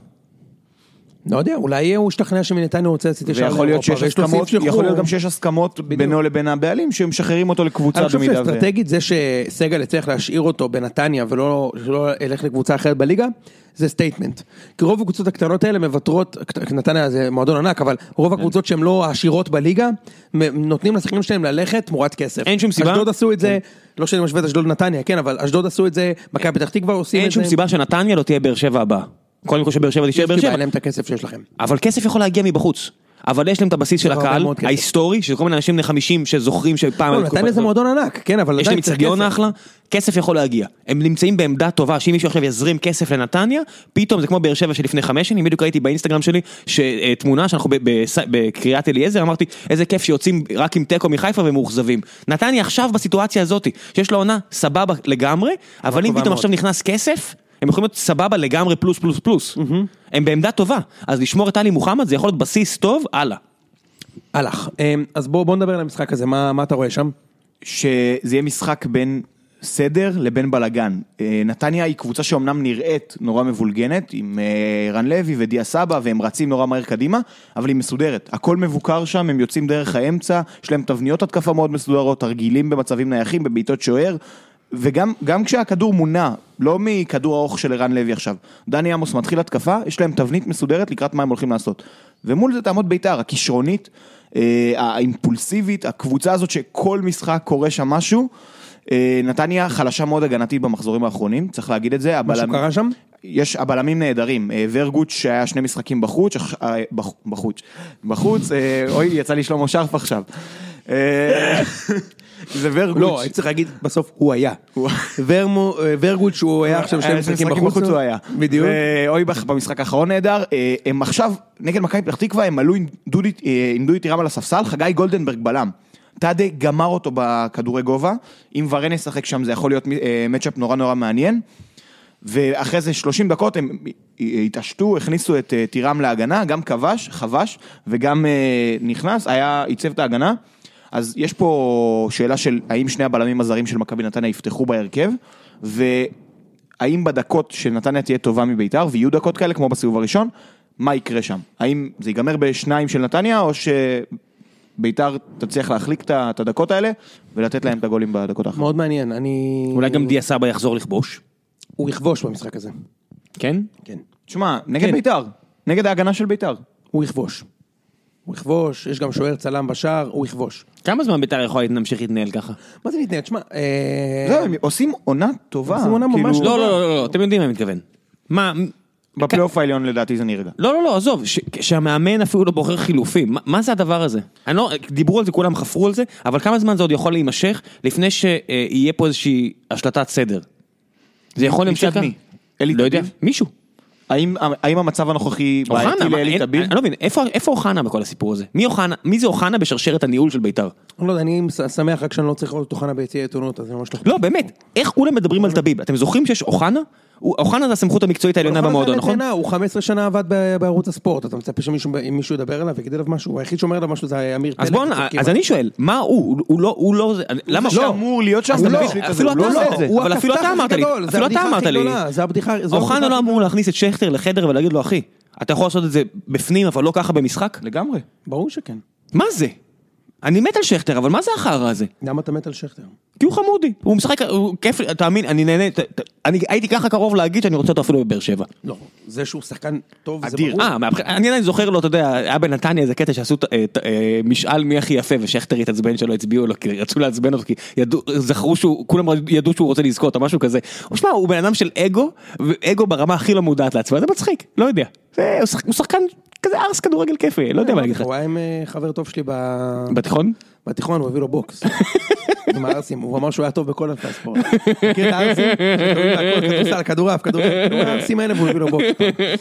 לא יודע, אולי הוא השתכנע שמנתניה רוצה לצאת ישר לאירופה. ויכול להיות גם שיש הסכמות בינו לבין הבעלים, שמשחררים אותו לקבוצה במידה. אני חושב שאסטרטגית זה שסגל יצטרך להשאיר אותו בנתניה, ולא ילך לקבוצה אחרת בליגה, זה סטייטמנט. כי רוב הקבוצות הקטנות האלה מבטרות, נתניה זה מועדון ענק, אבל רוב הקבוצות שהן לא העשירות בליגה, נותנים לשחקנים שלהם ללכת תמורת כסף. אין שום סיבה. אשדוד עשו את זה, לא שאני משווה את אשדוד נתניה, כן, אבל אשדוד עשו את זה, מכבי פתח תקווה עושים את זה. אין שום סיבה שנתניה לא תהיה באר שבע הבאה. קודם כל שבאר שבע תישאר באר שבע. כי להם את הכסף שיש לכם. אבל כסף יכול להגיע מבחוץ. אבל יש להם את הבסיס של הקהל, ההיסטורי, של כל מיני אנשים בני חמישים שזוכרים שפעם... נתניה זה מועדון ענק, כן, אבל יש להם אצטדיון אחלה, כסף יכול להגיע. הם נמצאים בעמדה טובה, שאם מישהו עכשיו יזרים כסף לנתניה, פתאום זה כמו באר שבע שלפני חמש שנים, בדיוק ראיתי באינסטגרם שלי, שתמונה שאנחנו בקריאת אליעזר, אמרתי, איזה כיף שיוצאים רק עם טקו מחיפה ומאוכזבים. נתניה עכשיו בסיטואציה הזאת, שיש לו עונה סבבה לגמרי, אבל אם פתאום עכשיו נכנס כסף, הם יכולים להיות סבבה לגמרי פלוס פלוס פלוס. הם בעמדה טובה. אז לשמור את עלי מוחמד זה יכול להיות בסיס טוב, הלאה. הלך. אז בוא נדבר על המשחק הזה, מה אתה רואה שם? שזה יהיה משחק בין סדר לבין בלגן. נתניה היא קבוצה שאומנם נראית נורא מבולגנת, עם רן לוי ודיה סבא, והם רצים נורא מהר קדימה, אבל היא מסודרת. הכל מבוקר שם, הם יוצאים דרך האמצע, יש להם תבניות התקפה מאוד מסודרות, תרגילים במצבים נייחים, בבעיטות שוער, וגם גם כשהכדור מונע, לא מכדור האוך של רן לוי עכשיו, דני עמוס מתחיל התקפה, יש להם תבנית מסודרת לקראת מה הם הולכים לעשות. ומול זה תעמוד ביתר, הכישרונית, האימפולסיבית, הקבוצה הזאת שכל משחק קורה שם משהו, נתניה חלשה מאוד הגנתית במחזורים האחרונים, צריך להגיד את זה. משהו קרה שם? יש הבלמים נהדרים, ורגוט שהיה שני משחקים בחוץ, בחוץ, בחוץ, אוי, יצא לי שלמה שרף עכשיו. זה ורגוט. לא, אני צריך להגיד, בסוף הוא היה. ורגוט שהוא היה עכשיו שני משחקים בחוץ, הוא היה. בדיוק. אוי, במשחק האחרון נהדר, הם עכשיו, נגד מכבי פתח תקווה, הם עלו עם דודי טירם על הספסל, חגי גולדנברג בלם. תדה גמר אותו בכדורי גובה, אם ורן ישחק שם זה יכול להיות מצ'אפ נורא נורא מעניין, ואחרי זה שלושים דקות הם התעשתו, הכניסו את טירם להגנה, גם כבש, חבש, וגם נכנס, היה, ייצב את ההגנה, אז יש פה שאלה של האם שני הבלמים הזרים של מכבי נתניה יפתחו בהרכב, והאם בדקות שנתניה תהיה טובה מביתר, ויהיו דקות כאלה כמו בסיבוב הראשון, מה יקרה שם? האם זה ייגמר בשניים של נתניה, או ש... ביתר תצליח להחליק את הדקות האלה, ולתת להם את הגולים בדקות האחרות. מאוד מעניין, אני... אולי גם דיה סבא יחזור לכבוש? הוא יכבוש במשחק הזה. כן? כן. תשמע, נגד ביתר, נגד ההגנה של ביתר. הוא יכבוש. הוא יכבוש, יש גם שוער צלם בשער, הוא יכבוש. כמה זמן ביתר יכול להמשיך להתנהל ככה? מה זה להתנהל? תשמע... זהו, הם עושים עונה טובה. עושים עונה ממש טובה. לא, לא, לא, לא, אתם יודעים מה אני מתכוון. מה... בפלייאוף העליון לדעתי זה נרגע. לא, לא, לא, עזוב, שהמאמן אפילו לא בוחר חילופים. מה זה הדבר הזה? אני לא, דיברו על זה, כולם חפרו על זה, אבל כמה זמן זה עוד יכול להימשך לפני שיהיה פה איזושהי השלטת סדר? זה יכול להמשך כאן? לא יודע, מישהו. האם המצב הנוכחי בעייתי לאלי תביב? אני לא מבין, איפה אוחנה בכל הסיפור הזה? מי זה אוחנה בשרשרת הניהול של ביתר? אני לא יודע, אני שמח רק שאני לא צריך לראות את אוחנה ביציע עיתונות, אז זה ממש לא... לא, באמת, איך כולם מדברים על תביב? אתם זוכרים שיש אוחנה? אוחנה זה הסמכות המקצועית העליונה במועדון, נכון? הוא חמש עשרה שנה עבד בערוץ הספורט, אתה מצפה שמישהו ידבר עליו ויגיד עליו משהו, היחיד שאומר עליו משהו זה אמיר פלג. אז בוא, אז אני שואל, מה הוא? הוא לא, הוא לא, למה? הוא שאמור להיות שם, אפילו אתה אמרת לי, אבל אפילו אתה אמרת לי, אפילו אתה אמרת לי, אוחנה לא אמור להכניס את שכטר לחדר ולהגיד לו, אחי, אתה יכול לעשות את זה בפנים, אבל לא ככה במשחק? לגמרי. ברור שכן. מה זה? אני מת על שכטר, אבל מה זה החרא הזה? למה אתה מת על שכטר? כי הוא חמודי, הוא משחק, הוא כיף, תאמין, אני נהנה, אני הייתי ככה קרוב להגיד שאני רוצה אותו אפילו בבאר שבע. לא, זה שהוא שחקן טוב, זה ברור. אה, אני עדיין זוכר לו, אתה יודע, היה בנתניה איזה קטע שעשו משאל מי הכי יפה, ושכטר התעצבן שלו הצביעו לו, כי רצו לעצבן אותו, כי זכרו שהוא, כולם ידעו שהוא רוצה לזכות, או משהו כזה. ושמע, הוא בן אדם של אגו, ואגו ברמה הכי לא מודעת לעצמה, זה מצחיק, לא יודע. הוא שחקן כזה ארס כדורגל כיפי, לא יודע מה להגיד לך. הוא היה עם חבר טוב שלי בתיכון? בתיכון, הוא הביא לו בוקס. עם הארסים, הוא אמר שהוא היה טוב בכל ענפי הספורט. מכיר את הארסים? כדורסל, כדורעף, כדורעף, הארסים האלה והוא הביא לו בוקס.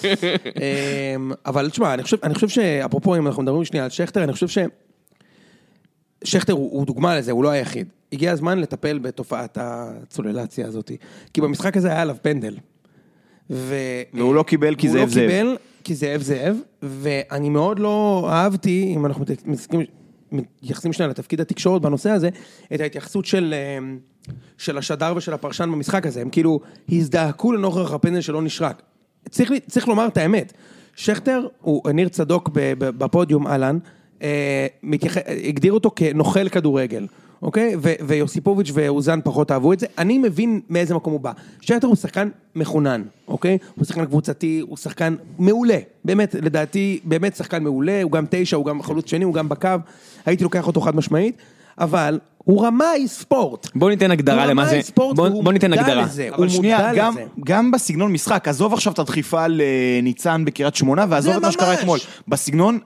אבל תשמע, אני חושב שאפרופו אם אנחנו מדברים שנייה על שכטר, אני חושב ששכטר הוא דוגמה לזה, הוא לא היחיד. הגיע הזמן לטפל בתופעת הצוללציה הזאת. כי במשחק הזה היה עליו פנדל. והוא לא קיבל כי זאב זאב. הוא לא קיבל כי זאב זאב, ואני מאוד לא אהבתי, אם אנחנו מתייחסים שנייה לתפקיד התקשורת בנושא הזה, את ההתייחסות של, של השדר ושל הפרשן במשחק הזה, הם כאילו הזדעקו לנוכח הפנדל שלא נשרק. צריך, צריך לומר את האמת, שכטר הוא ניר צדוק בפודיום אלן, מתייח... הגדיר אותו כנוכל כדורגל, אוקיי? ו- ויוסיפוביץ' ואוזן פחות אהבו את זה. אני מבין מאיזה מקום הוא בא. שכטר הוא שחקן מחונן, אוקיי? הוא שחקן קבוצתי, הוא שחקן מעולה. באמת, לדעתי, באמת שחקן מעולה. הוא גם תשע, הוא גם חלוץ שני, הוא גם בקו. הייתי לוקח אותו חד משמעית. אבל הוא רמאי ספורט. בוא ניתן הגדרה למה זה. בוא, בוא ניתן הגדרה. אבל שנייה, גם, גם בסגנון משחק, עזוב עכשיו את הדחיפה לניצן בקריית שמונה, ועזוב את מה שקרה אתמול. בסגנון,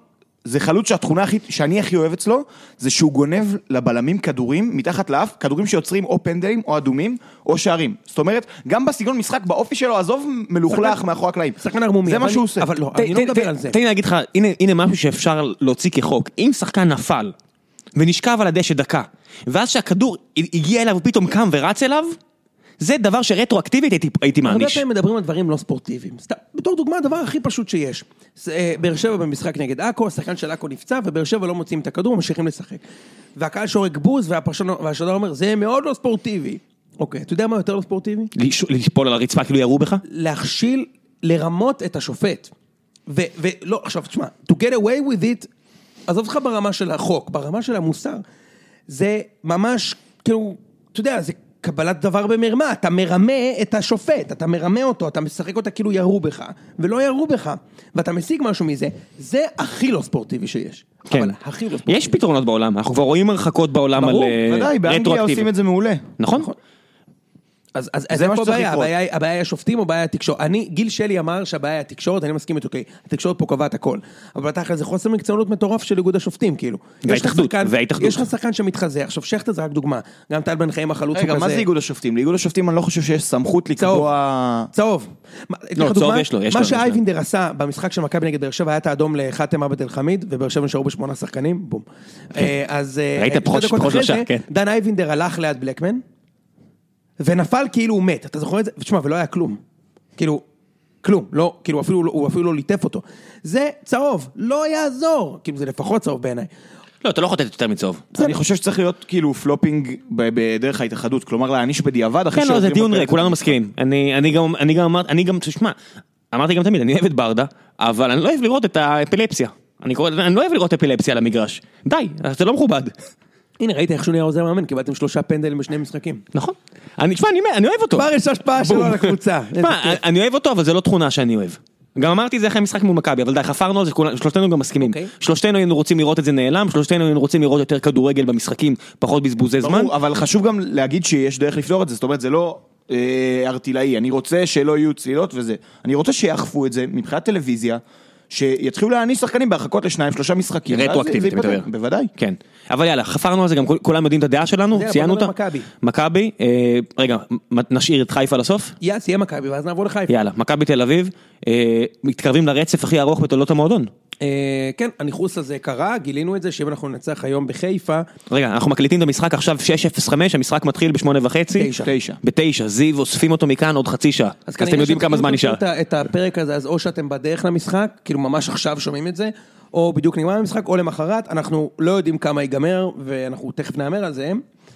זה חלוץ שהתכונה הכי, שאני הכי אוהב אצלו, זה שהוא גונב לבלמים כדורים, מתחת לאף, כדורים שיוצרים או פנדלים, או אדומים, או שערים. זאת אומרת, גם בסגנון משחק, באופי שלו, עזוב מלוכלך מאחורי הקלעים. שחקן הרמומי. זה מה שהוא עושה. אבל לא, אני לא מדבר על זה. תן לי להגיד לך, הנה משהו שאפשר להוציא כחוק. אם שחקן נפל, ונשכב על הדשא דקה, ואז שהכדור הגיע אליו ופתאום קם ורץ אליו, זה דבר שרטרואקטיבית הייתי, הייתי מעניש. הרבה פעמים מדברים על דברים לא ספורטיביים. סתם, בתור דוגמה, הדבר הכי פשוט שיש. באר שבע במשחק נגד אקו, השחקן של אקו נפצע, ובאר שבע לא מוצאים את הכדור, ממשיכים לשחק. והקהל שורק בוז, והשדר אומר, זה מאוד לא ספורטיבי. אוקיי, אתה יודע מה יותר לא ספורטיבי? לשפול על הרצפה, כאילו ירו בך? להכשיל, לרמות את השופט. ולא, עכשיו, תשמע, to get away with it, עזוב לך ברמה של החוק, ברמה של המוסר, זה ממש, כאילו, אתה יודע, זה קבלת דבר במרמה, אתה מרמה את השופט, אתה מרמה אותו, אתה משחק אותה כאילו ירו בך, ולא ירו בך, ואתה משיג משהו מזה, זה הכי לא ספורטיבי שיש. כן. אבל הכי לא ספורטיבי. יש פתרונות בעולם, אנחנו כבר רואים הרחקות בעולם על רטרואקטיבי. ודאי, באנגליה עושים את זה מעולה. נכון? אז, אז, אז איפה הבעיה? הבעיה, הבעיה היא השופטים או בעיה התקשורת? אני, גיל שלי אמר שהבעיה היא התקשורת, אני מסכים איתו, אוקיי, התקשורת פה קובעת הכל. אבל בתכל'ס זה חוסר מקצוענות מטורף של איגוד השופטים, כאילו. וההתאחדות, וההתאחדות. יש לך שחקן שמתחזה, עכשיו שכטר זה רק דוגמה, גם טל בן חיים החלוץ הוא כזה. רגע, מה זה איגוד השופטים? לאיגוד השופטים אני לא חושב שיש סמכות לקבוע... צהוב. לא, צהוב יש לו, יש לו. מה שאייבינדר עשה במשחק של מכבי נגד באר שבע היה את האדום לחאתם עבד אל חמיד, ובאר שבע נשארו בשמונה שחקנים, בום. אז דן אייבינדר הלך ליד בלקמן, ונפל כאילו הוא מת, אתה זוכר את זה? ותשמע, ולא היה כלום. כאילו, כלום, לא, כאילו אפילו, הוא אפילו לא ליטף אותו. זה צהוב, לא יעזור. כאילו זה לפחות צהוב בעיניי. לא, אתה לא יכול לתת יותר מצהוב. אני חושב שצריך להיות כאילו פלופינג בדרך ההתאחדות, כלומר להעניש בדיעבד אחרי כן, לא, זה דיון ריק, כולנו מסכימים. אני גם, אני גם אמרתי, אני גם, תשמע, אמרתי גם תמיד, אני אוהב את ברדה, אבל אני לא אוהב לראות את האפילפסיה. אני לא אוהב לראות אפילפסיה על המגרש. די, זה לא מכובד. הנה, ראיתי איך שהוא נהיה עוזר מאמן, קיבלתם שלושה פנדלים בשני משחקים. נכון. אני, תשמע, אני אוהב אותו. כבר יש השפעה שלו על הקבוצה. תשמע, אני אוהב אותו, אבל זה לא תכונה שאני אוהב. גם אמרתי זה אחרי משחק מול מכבי, אבל די, חפרנו על זה, שלושתנו גם מסכימים. שלושתנו היינו רוצים לראות את זה נעלם, שלושתנו היינו רוצים לראות יותר כדורגל במשחקים, פחות בזבוזי זמן. אבל חשוב גם להגיד שיש דרך לפתור את זה, זאת אומרת, זה לא ארטילאי, אני רוצה שלא יהיו צלילות וזה. אני רוצה שיאכפו את זה מבחינת טלוויזיה, שיתחילו להעניש שחקנים בהרחקות לשניים, שלושה משחקים. רטרואקטיבית, אתה מדבר. בוודאי. כן. אבל יאללה, חפרנו על זה, גם כולם יודעים את הדעה שלנו, ציינו אותה. מכבי. מכבי, רגע, נשאיר את חיפה לסוף? יאס, יהיה מכבי, ואז נעבור לחיפה. יאללה, מכבי תל אביב, מתקרבים לרצף הכי ארוך בתולדות המועדון. כן, הניחוס הזה קרה, גילינו את זה, שאם אנחנו נצח היום בחיפה. רגע, אנחנו מקליטים את המשחק עכשיו שש אפס חמש, המשחק מתחיל בשמונה וחצי. תשע. בתשע, זיו, אוספים אותו מכאן עוד חצי שעה. אז אתם יודעים כמה זמן נשאר. את הפרק הזה, אז או שאתם בדרך למשחק, כאילו ממש עכשיו שומעים את זה, או בדיוק נגמר המשחק, או למחרת, אנחנו לא יודעים כמה ייגמר, ואנחנו תכף נאמר על זה.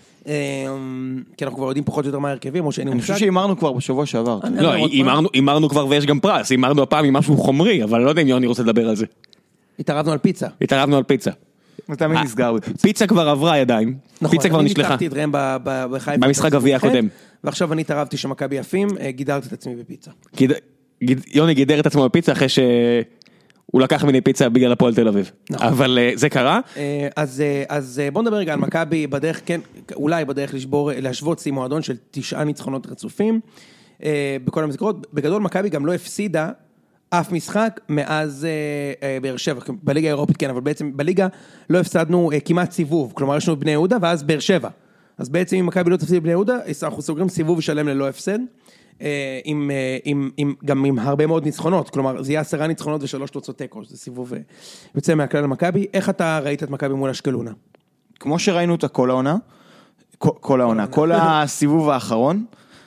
כי אנחנו כבר יודעים פחות או יותר מה הרכבים, או שאין אני חושב שאימרנו כבר בשבוע שעבר. לא, אימרנו כבר ויש גם פרס, אימרנו הפעם עם משהו חומרי, אבל לא יודע אם יוני רוצה לדבר על זה. התערבנו על פיצה. התערבנו על פיצה. תמיד נסגר בפיצה. פיצה כבר עברה ידיים, פיצה כבר נשלחה. אני ניתחתי את רם בחיפה. במשחק גביע הקודם. ועכשיו אני התערבתי שמכבי יפים, גידרתי את עצמי בפיצה. יוני גידר את עצמו בפיצה אחרי שהוא לקח מיני פיצה בגלל הפועל תל אביב. אבל זה קרה. אז בוא נדבר רגע על מכבי בדרך, כן, אולי בדרך לשבור, להשוות שיא מועדון של תשעה ניצחונות רצופים. בכל המסגרות, בגדול מכבי גם לא הפסידה אף משחק מאז באר שבע, בליגה האירופית כן, אבל בעצם בליגה לא הפסדנו כמעט סיבוב, כלומר יש לנו בני יהודה ואז באר שבע. אז בעצם אם מכבי לא תפסיד בני יהודה, אנחנו סוגרים סיבוב שלם ללא הפסד, עם, עם, עם, גם עם הרבה מאוד ניצחונות, כלומר זה יהיה עשרה ניצחונות ושלוש תוצאות תיקו, זה סיבוב יוצא מהכלל למכבי. איך אתה ראית את מכבי מול אשקלונה? כמו שראינו אותה כל העונה, כל העונה, כל הסיבוב האחרון,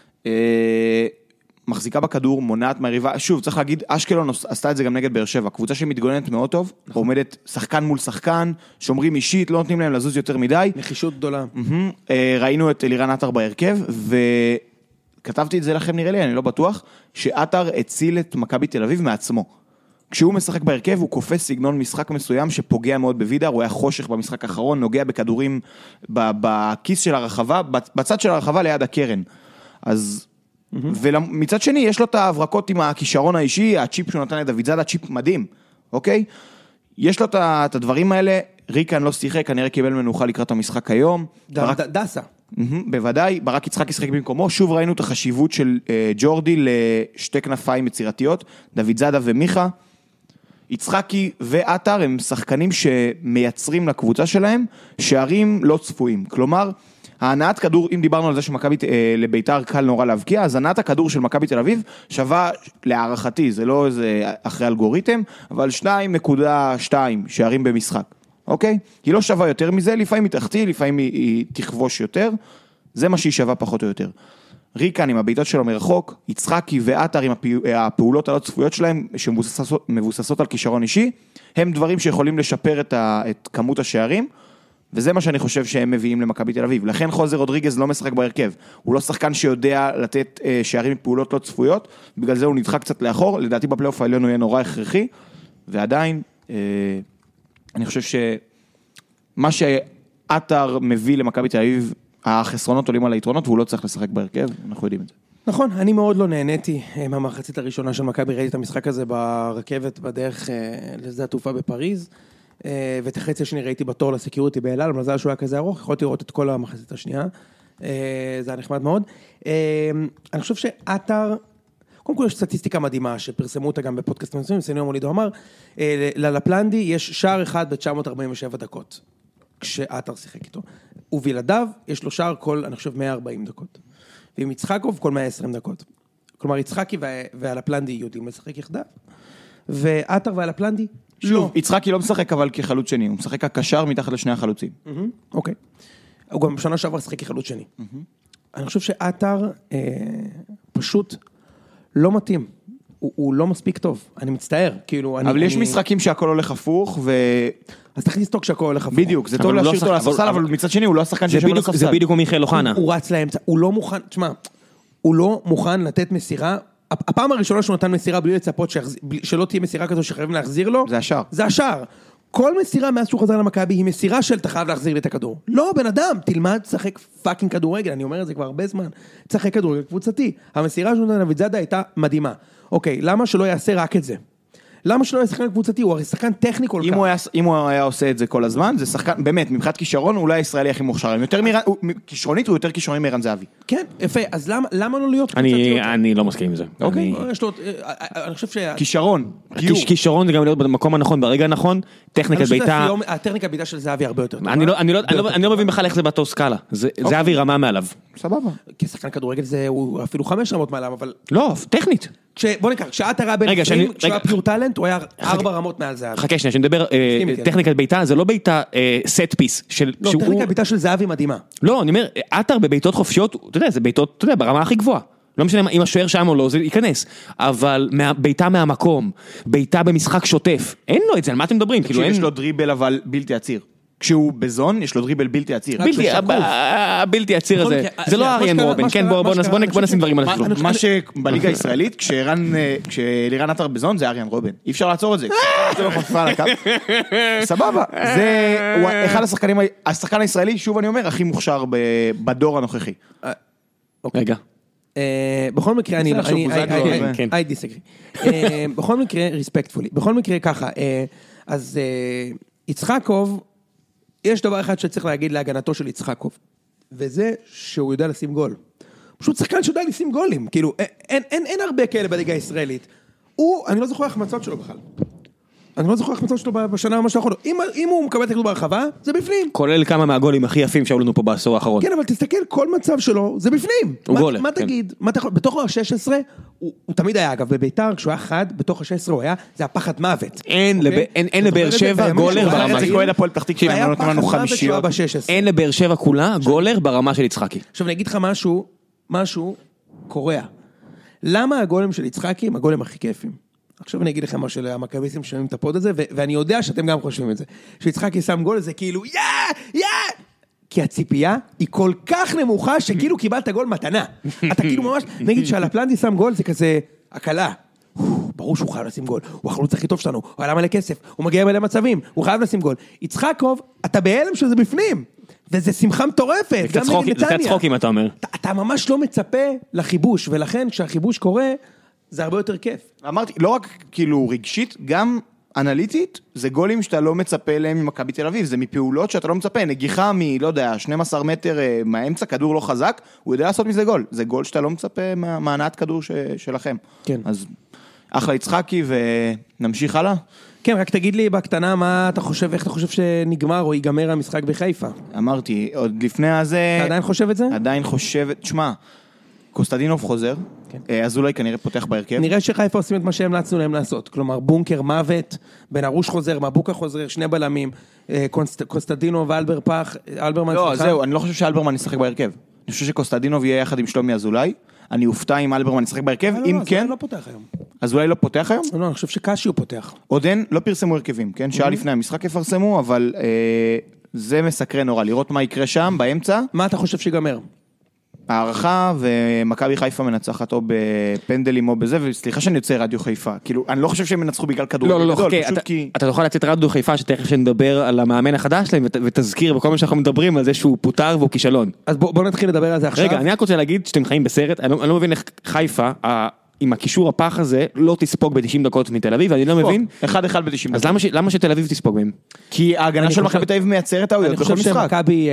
מחזיקה בכדור, מונעת מהריבה, שוב, צריך להגיד, אשקלון עשתה את זה גם נגד באר שבע, קבוצה שמתגוננת מאוד טוב, עומדת שחקן מול שחקן, שומרים אישית, לא נותנים להם לזוז יותר מדי. נחישות גדולה. ראינו את אלירן עטר בהרכב, וכתבתי את זה לכם נראה לי, אני לא בטוח, שעטר הציל את מכבי תל אביב מעצמו. כשהוא משחק בהרכב, הוא קופס סגנון משחק מסוים שפוגע מאוד בוידר, הוא היה חושך במשחק האחרון, נוגע בכדורים בכיס של הרחבה, בצד של הרחבה ליד הקרן. אז ומצד שני, יש לו את ההברקות עם הכישרון האישי, הצ'יפ שהוא נתן לדוד זאדה, צ'יפ מדהים, אוקיי? יש לו את הדברים האלה, ריקן לא שיחק, כנראה קיבל מנוחה לקראת המשחק היום. דסה. בוודאי, ברק יצחק ישחק במקומו, שוב ראינו את החשיבות של ג'ורדי לשתי כנפיים יצירתיות, דוד זאדה ומיכה, יצחקי ועטר הם שחקנים שמייצרים לקבוצה שלהם שערים לא צפויים. כלומר, ההנעת כדור, אם דיברנו על זה שמכבי לביתר קל נורא להבקיע, אז הנעת הכדור של מכבי תל אביב שווה להערכתי, זה לא איזה אחרי אלגוריתם, אבל שתיים נקודה שתיים שערים במשחק. אוקיי? היא לא שווה יותר מזה, לפעמים היא תחטיא, לפעמים היא, היא תכבוש יותר, זה מה שהיא שווה פחות או יותר. ריקן עם הבעיטות שלו מרחוק, יצחקי ועטר עם הפעולות הלא צפויות שלהם, שמבוססות על כישרון אישי, הם דברים שיכולים לשפר את, ה, את כמות השערים, וזה מה שאני חושב שהם מביאים למכבי תל אביב. לכן חוזר רודריגז לא משחק בהרכב, הוא לא שחקן שיודע לתת שערים מפעולות לא צפויות, בגלל זה הוא נדחק קצת לאחור, לדעתי בפלייאוף העליון הוא יהיה נורא הכרחי, ועדיין, אני חושב שמה שעטר מביא למכבי תל אביב, החסרונות עולים על היתרונות, והוא לא צריך לשחק בהרכב, אנחנו יודעים את זה. נכון, אני מאוד לא נהניתי מהמחצית הראשונה של מכבי, ראיתי את המשחק הזה ברכבת בדרך לשדה התעופה בפריז, ואת החצי השני ראיתי בתור לסקיוריטי באלעל, מזל שהוא היה כזה ארוך, יכולתי לראות את כל המחצית השנייה, זה היה נחמד מאוד. אני חושב שעטר, קודם כל יש סטטיסטיקה מדהימה, שפרסמו אותה גם בפודקאסט מסוים, סניור מולידו אמר, ללפלנדי יש שער אחד ב-תשע מאות ארבעים ושבע דקות, כשעטר שיחק איתו. ובלעדיו יש לו שער כל, אני חושב, מאה וארבעים דקות. ועם יצחקוב כל מאה ועשרים דקות. כלומר, יצחקי והלפלנדי יודעים לשחק יחדיו, ועטר והלפלנדי לא. שוב, יצחקי לא משחק אבל כחלוץ שני, הוא משחק הקשר מתחת לשני החלוצים. אוקיי. הוא גם שנה שעבר שחק כחלוץ שני. אני חושב שעטר פשוט לא מתאים. הוא לא מספיק טוב, אני מצטער, כאילו... אבל יש משחקים שהכל הולך הפוך, ו... אז תכניס טוק שהכל הולך הפוך. בדיוק, זה טוב להשאיר אותו לספסל, אבל מצד שני הוא לא השחקן שישב על הספסל. זה בדיוק כמו מיכאל אוחנה. הוא רץ לאמצע, הוא לא מוכן, תשמע, הוא לא מוכן לתת מסירה, הפעם הראשונה שהוא נתן מסירה בלי לצפות שלא תהיה מסירה כזו שחייבים להחזיר לו, זה השער. זה השער. כל מסירה מאז שהוא חזר למכבי היא מסירה של אתה חייב להחזיר לי את הכדור. לא, בן אדם, תלמד לשחק פאקינג כדורגל, אני אומר את זה כבר הרבה זמן. תשחק כדורגל קבוצתי. המסירה של דוד זאדה הייתה מדהימה. אוקיי, למה שלא יעשה רק את זה? למה שלא יהיה שחקן קבוצתי? הוא הרי שחקן טכני כל כך. אם הוא היה, אם הוא היה עושה את זה כל הזמן, זה שחקן, באמת, מבחינת כישרון, אולי הישראלי הכי מוכשר. יותר מירן, כישרונית הוא יותר כישרוני מערן זהבי. כן, יפה. אז למה, למה לא להיות קבוצתי? אני, אני לא מסכים עם זה. אוקיי. יש לו, אני חושב ש... כישרון. כישרון זה גם להיות במקום הנכון, ברגע הנכון, טכניקת ביתה... הטכניקת ביתה של זהבי הרבה יותר טובה. אני לא, אני לא, אני לא מבין בכלל איך זה באותו סקאלה. זהבי רמה מעליו. סבבה. כשחקן כדורגל זה, הוא אפילו חמש רמות מעליו, אבל... לא, טכנית. בוא נקרא, כשאתה ראה בין עשרים, כשהוא היה פיור טלנט, הוא היה ארבע רמות מעל זהבי. חכה שנייה, שנדבר, טכניקת ביתה, זה לא ביתה סט פיס. לא, טכניקת ביתה של זהבי מדהימה. לא, אני אומר, עטר בביתות חופשיות, אתה יודע, זה ביתות, אתה יודע, ברמה הכי גבוהה. לא משנה אם השוער שם או לא, זה ייכנס. אבל ביתה מהמקום, ביתה במשחק שוטף, אין לו את זה, על מה אתם מדברים? תקשיב, יש לו דריבל אבל בלתי עציר. כשהוא בזון, יש לו דריבל בלתי עציר. בלתי עציר הזה. זה לא אריאן רובן, כן, בוא נשים דברים על השלום. מה שבליגה הישראלית, כשלירן עטר בזון, זה אריאן רובן. אי אפשר לעצור את זה. זה לא חפיפה על הקו. סבבה. זה אחד השחקנים, השחקן הישראלי, שוב אני אומר, הכי מוכשר בדור הנוכחי. רגע. בכל מקרה, אני... I disagree. בכל מקרה, respectfully. בכל מקרה, ככה. אז יצחקוב, יש דבר אחד שצריך להגיד להגנתו של יצחקוב, וזה שהוא יודע לשים גול. פשוט שחקן שיודע לשים גולים, כאילו, אין, אין, אין הרבה כאלה בליגה הישראלית. הוא, אני לא זוכר החמצות שלו בכלל. אני לא זוכר החמצות שלו בשנה ממש האחרונה. אם, אם הוא מקבל את הכדור ברחבה, זה בפנים. כולל כמה מהגולים הכי יפים שהיו לנו פה בעשור האחרון. כן, אבל תסתכל, כל מצב שלו, זה בפנים. הוא מה, גולר. מה כן. תגיד? מה תיכול, בתוך ה-שש עשרה, הוא, הוא תמיד היה, אגב, בביתר, כשהוא היה חד, בתוך ה-שש עשרה הוא היה, זה הפחד מוות. אין, אוקיי? לב, אין, אין לבאר שבע גולר ברמה. זה כהן הפועל פתח תקווה, הם נותנים לנו חמישיות. אין לבאר שבע כולה גולר ברמה של יצחקי. עכשיו אני אגיד לך משהו, משהו קורע. למה הגולים של יצחקי הם הגולים הכי כיפים? עכשיו אני אגיד לכם מה של המכביסטים שומעים את הפוד הזה, ואני יודע שאתם גם חושבים את זה. שיצחקי שם גול, זה כאילו, יא, יא! כי הציפייה היא כל כך נמוכה, שכאילו קיבלת גול מתנה. אתה כאילו ממש, נגיד שהלפלנדי שם גול, זה כזה הקלה. ברור שהוא חייב לשים גול, הוא החלוץ הכי טוב שלנו, הוא עלה מלא כסף, הוא מגיע מלא מצבים, הוא חייב לשים גול. יצחקוב, אתה בהלם שזה בפנים, וזה שמחה מטורפת. זה קצת צחוק אם אתה אומר. אתה ממש לא מצפה לחיבוש, ולכן כשהחיבוש קורה, זה הרבה יותר כיף. אמרתי, לא רק כאילו רגשית, גם אנליטית, זה גולים שאתה לא מצפה להם ממכבי תל אביב, זה מפעולות שאתה לא מצפה, נגיחה מ, לא יודע, שנים עשר מטר מהאמצע, כדור לא חזק, הוא יודע לעשות מזה גול, זה גול שאתה לא מצפה מהנעת כדור ש, שלכם. כן. אז אחלה יצחקי ונמשיך הלאה. כן, רק תגיד לי בקטנה מה אתה חושב, איך אתה חושב שנגמר או ייגמר המשחק בחיפה? אמרתי, עוד לפני הזה... אתה עדיין חושב את זה? עדיין חושב, תשמע, קוסטדינוב חוזר, אז אולי כנראה פותח בהרכב. נראה שחיפה עושים את מה שהמלצנו להם לעשות, כלומר בונקר מוות, בן ארוש חוזר, מבוקה חוזר, שני בלמים, קוסטדינוב ואלבר פח, אלברמן... לא, זהו, אני לא חושב שאלברמן ישחק בהרכב. אני חושב שקוסטדינוב יהיה יחד עם שלומי אזולאי, אני אופתע אם אלברמן ישחק בהרכב, אם כן... לא פותח היום. אז אולי לא פותח היום? לא, אני חושב שקשי הוא פותח. עוד אין, לא פרסמו הרכבים, כן? שעה לפני המשחק יפרסמו, אבל זה מסקרן נורא, לראות מה יקרה שם, באמצע. מה אתה חושב שיגמר? הערכה, ומכבי חיפה מנצחת או בפנדלים או בזה, וסליחה שאני יוצא רדיו חיפה, כאילו, אני לא חושב שהם מנצחו בגלל כדור. לא, לא, לא, חכה, אתה תוכל לצאת רדיו חיפה, שתכף שנדבר על המאמן החדש שלהם, ותזכיר בכל מה שאנחנו מדברים על זה שהוא פוטר והוא כישלון. אז בואו נתחיל לדבר על זה עכשיו. רגע, אני רק רוצה להגיד שאתם חיים בסרט, אני לא מבין איך חיפה, עם הקישור הפח הזה, לא תספוג ב-תשעים דקות מתל אביב, ואני לא מבין. אחד אחד ב-תשעים דקות. אז למה שתל אביב תספוג בהם? כי ההגנה של מכבי תל אביב מייצרת טעויות בכל משחק. אני חושב שמכבי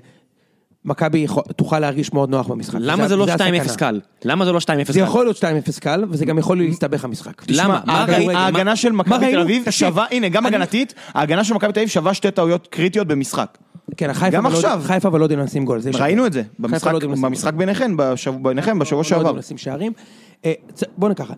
מכבי תוכל להרגיש מאוד נוח במשחק. למה זה לא שתיים אפס קל? למה זה לא שתיים אפס קל? זה יכול להיות שתיים אפס קל, וזה גם יכול להסתבך המשחק. למה? ההגנה של מכבי תל אביב שווה, הנה, גם הגנתית, ההגנה של מכבי תל אביב שווה שתי טעויות קריטיות במשחק. כן, חיפה ולא יודעים לשים גול. ראינו את זה, במשחק ביניכם בשבוע שעבר. בוא נקחה.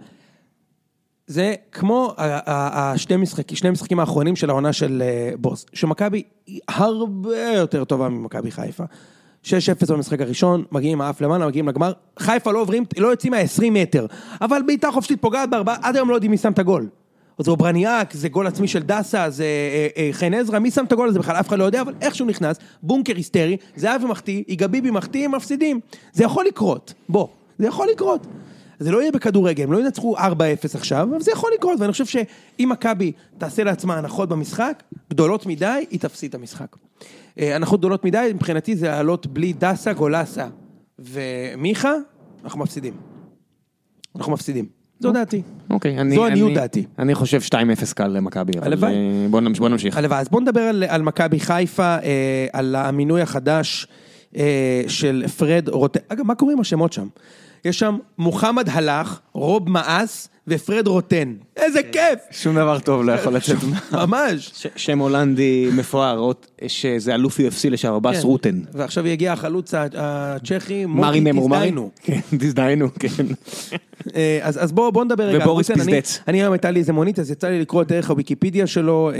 זה כמו השני משחקים, שני משחקים האחרונים של העונה של בוס, שמכבי היא הרבה יותר טובה ממכבי חיפה. שש אפס במשחק הראשון, מגיעים מהאף למעלה, מגיעים לגמר, חיפה לא עוברים, לא יוצאים מה-עשרים מטר, אבל בעיטה חופשית פוגעת בארבעה, עד היום לא יודעים מי שם את הגול. זה אוברניאק, זה גול עצמי של דסה, זה חן עזרא, מי שם את הגול הזה בכלל, אף אחד לא יודע, אבל איכשהו נכנס, בונקר היסטרי, זה אבי מחטיא, יגביבי מחטיא, הם מפסידים. זה יכול לקרות, בוא, זה יכול לקרות. זה לא יהיה בכדורגל, הם לא ינצחו ארבע אפס עכשיו, אבל זה יכול לקרות, ואני חושב שאם מכבי תעשה לעצמה הנחות במשחק, גדולות מדי, היא תפסיד את המשחק. הנחות גדולות מדי, מבחינתי זה לעלות בלי דסה, גולסה ומיכה, אנחנו מפסידים. אנחנו מפסידים. זו דעתי. אוקיי, זו עניות דעתי. אני חושב שתיים אפס קל למכבי, אבל בוא נמשיך. אז בוא נדבר על מכבי חיפה, על המינוי החדש של פרד רוטן. אגב, מה קורה עם השמות שם? יש שם מוחמד הלך, רוב מאס ופרד רוטן. איזה כיף! שום דבר טוב לא יכול לצאת. ממש. שם הולנדי מפואר, שזה אלוף יו אף סי לשעבר, בס רוטן. ועכשיו יגיע החלוץ הצ'כי, מרי תזדיינו. כן, תזדיינו, כן. אז בואו נדבר רגע. ובוריס פיזדץ. אני היום הייתה לי איזה מונית, אז יצא לי לקרוא את ערך הוויקיפדיה שלו,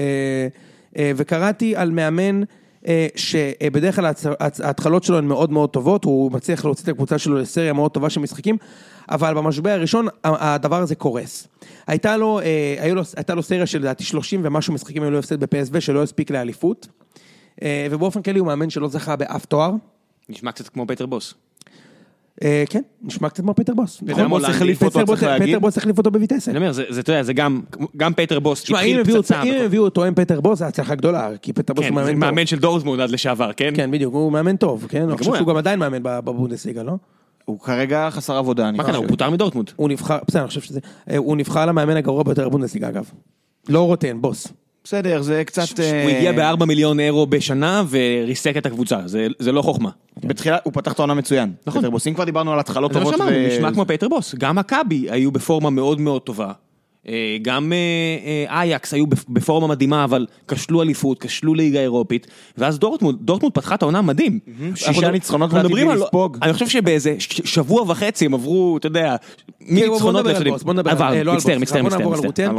וקראתי על מאמן שבדרך כלל ההתחלות שלו הן מאוד מאוד טובות, הוא מצליח להוציא את הקבוצה שלו לסריה מאוד טובה של משחקים, אבל במשבר הראשון הדבר הזה קורס. הייתה לו, הייתה לו סריה של דעתי שלושים ומשהו משחקים היו לו הפסד ב-פי אס וי שלא הספיק לאליפות, ובאופן כללי הוא מאמן שלא זכה באף תואר. נשמע קצת כמו פטר בוס. כן, נשמע קצת כמו פטר בוס. פטר בוס החליף אותו, צריך להגיד. פטר בוס החליף אותו בויטסה. אני אומר, זה גם פטר בוס. אם הביאו אותו עם פטר בוס, זה הצלחה גדולה, כי פטר בוס הוא מאמן טוב. זה מאמן של דורטמונד עד לשעבר, כן? כן, בדיוק, הוא מאמן טוב, כן? אני חושב שהוא גם עדיין מאמן בבונדסליגה, לא? הוא כרגע חסר עבודה. מה כאן, הוא פוטר מדורטמונד? הוא נבחר, בסדר, אני חושב שזה, הוא נבחר למאמן הגרוע ביותר בבונדסליגה, אגב. לא רוטן, בוס. בסדר, זה קצת... הוא הגיע בארבע מיליון אירו בשנה וריסק את הקבוצה, זה לא חוכמה. בתחילה הוא פתח את העונה מצוין. נכון. פטר בוס, אם כבר דיברנו על התחלות טובות ו... נשמע כמו פטר בוס. גם מכבי היו בפורמה מאוד מאוד טובה. גם אייקס היו בפורמה מדהימה, אבל כשלו אליפות, כשלו ליגה אירופית, ואז דורטמונד, דורטמונד פתחה את העונה מדהים. שישה ניצחונות ועתידים לספוג. אני חושב שבאיזה שבוע וחצי הם עברו, אתה יודע, מניצחונות להפסדים. בוא נדבר על בוס, מצטער, מצטער, מצטער.